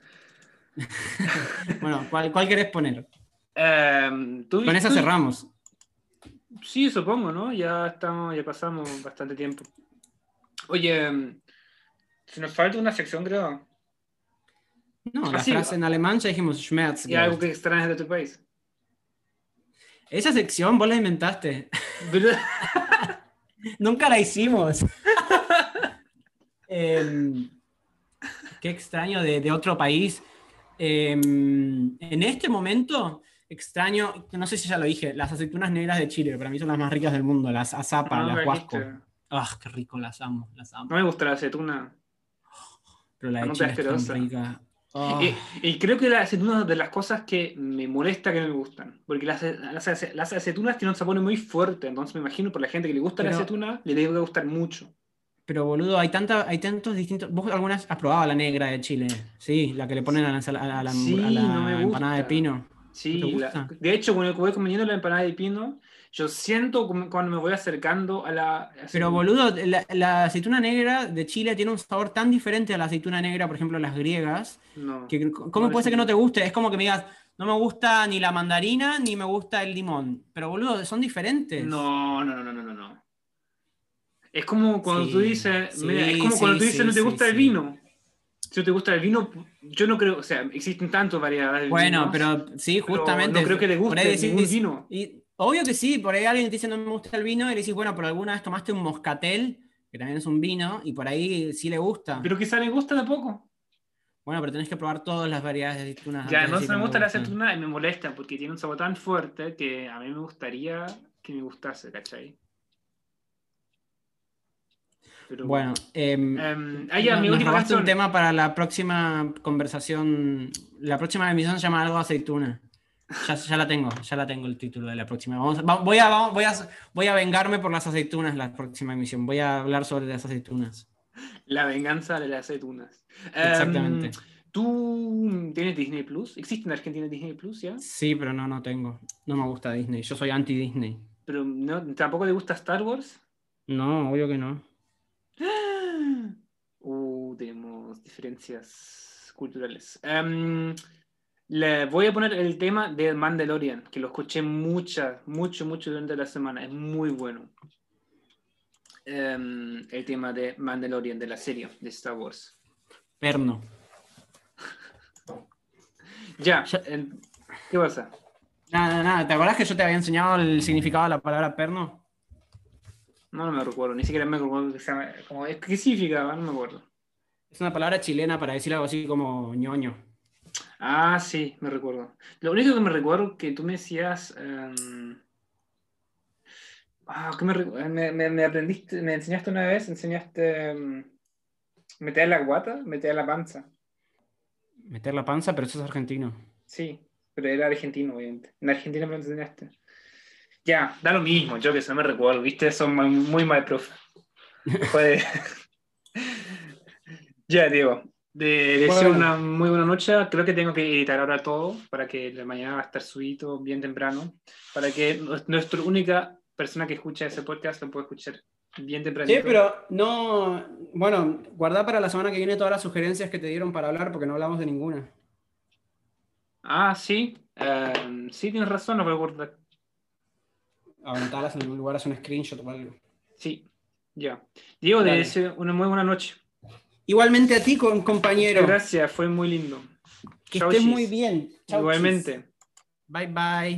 Bueno, ¿cuál, cuál querés poner? Em, tú, Con esa tú- cerramos. sí, supongo, ¿no? Ya estamos, ya pasamos bastante tiempo. Oye, em, se nos falta una sección, creo. No, Ah, la sí, frase en alemán ya dijimos y algo Schmerzgeld. que extrañas de tu país. Esa sección vos la inventaste. ¿Verdad? Nunca la hicimos. Em, qué extraño de, de otro país. Em, en este momento, extraño, no sé si ya lo dije, las aceitunas negras de Chile, para mí son las más ricas del mundo, las azapa, No me las huasco. dijiste. Ah, qué rico, las amo, las No amo. me gusta la aceituna. Pero la La de nota Chile es tan asquerosa. rica. Y, Ah, y creo que la aceituna es de las cosas que me molesta que no me gustan. Porque las, las, las aceitunas tienen un sabor muy fuerte. Entonces me imagino por la gente que le gusta la pero, aceituna, le debe gustar mucho. pero boludo, hay, tanta, hay tantos distintos. ¿Vos algunas has probado la negra de Chile? Sí, la que le ponen a la, ensala- a la, a Sí, no me la empanada de gusta. pino. ¿No te Sí, la- gusta? de hecho, cuando voy comiendo la empanada de pino, yo siento como cuando me voy acercando a la Pero aceituna. boludo, la, la aceituna negra de Chile tiene un sabor tan diferente a la aceituna negra, por ejemplo, las griegas, No, que no ¿cómo tiene puede ser que no sentido. te guste? Es como que me digas, no me gusta ni la mandarina ni me gusta el limón. Pero boludo, son diferentes. No, no, no, no, no, no, no. Es como cuando tú Sí, dices, mira, es sí, como cuando sí, tú dices sí, no te sí, gusta el sí. vino. Si no te gusta el vino, yo no creo, o sea, existen tantas variedades de Bueno, vinos, pero sí, pero justamente. no creo que le por ahí guste decís- ningún vino. Y, obvio que sí, por ahí alguien te dice no me gusta el vino y le decís, bueno, pero alguna vez tomaste un moscatel, que también es un vino, y por ahí sí le gusta. Pero quizá le gusta tampoco. Bueno, pero tenés que probar todas las variedades de aceitunas. Ya, antes de no decir se que me gusta la gustan. aceituna y me molesta porque tiene un sabor tan fuerte que a mí me gustaría que me gustase, ¿cachai? Pero Bueno, em, Em, ah, ya, no- mi nos última robaste un canción. tema para la próxima conversación. La próxima emisión se llama algo aceituna. Ya, ya la tengo, ya la tengo el título de la próxima. Vamos, va- voy, a, vamos- voy, a, voy a vengarme por las aceitunas la próxima emisión. Voy a hablar sobre las aceitunas. La venganza de las aceitunas. Exactamente. Em, ¿Tú tienes Disney Plus? ¿Existe en Argentina Disney Plus ya? Sí, pero no, no tengo. No me gusta Disney. Yo soy anti-Disney. ¿Pero no, tampoco te gusta Star Wars? No, obvio que no. Uh, tenemos diferencias culturales. Em, le voy a poner el tema de Mandalorian, que lo escuché mucha, mucho, mucho durante la semana. Es muy bueno. Em, el tema de Mandalorian, de la serie de Star Wars. Perno. Ya, Ya- en- ¿qué pasa? Nada, nada. ¿Te acordás que yo te había enseñado el significado de la palabra perno? No, no me recuerdo, ni siquiera me recuerdo que se llama, como específica, no me acuerdo. Es una palabra chilena para decir algo así como ñoño. Ah, sí, me recuerdo. Lo único que me recuerdo que tú me decías. em, ah, que me, recu- me, me- me aprendiste, me enseñaste una vez, enseñaste. em, meter la guata, meter la panza. Meter la panza, pero eso es argentino. Sí, pero era argentino, obviamente. En Argentina me lo enseñaste. Ya, da lo mismo, yo que sé, no me recuerdo, viste, son muy, muy mal, profe. Puede. Ya, Diego. De deseo Bueno. una muy buena noche. Creo que tengo que editar ahora todo para que la mañana va a estar subido bien temprano. Para que nu- nuestra única persona que escucha ese podcast lo pueda escuchar bien temprano. Sí, pero no. Bueno, guardá para la semana que viene todas las sugerencias que te dieron para hablar, porque no hablamos de ninguna. Ah, sí. Eh, sí, tienes razón, no me acuerdo. Aventalas en algún lugar, haz un screenshot o algo. Sí, ya. Diego, te Dale. deseo una muy buena noche. Igualmente a ti, con- compañero. Muchas gracias, fue muy lindo. Que Chau, estés chis. muy bien. Chau, chis. Igualmente. Bye, bye.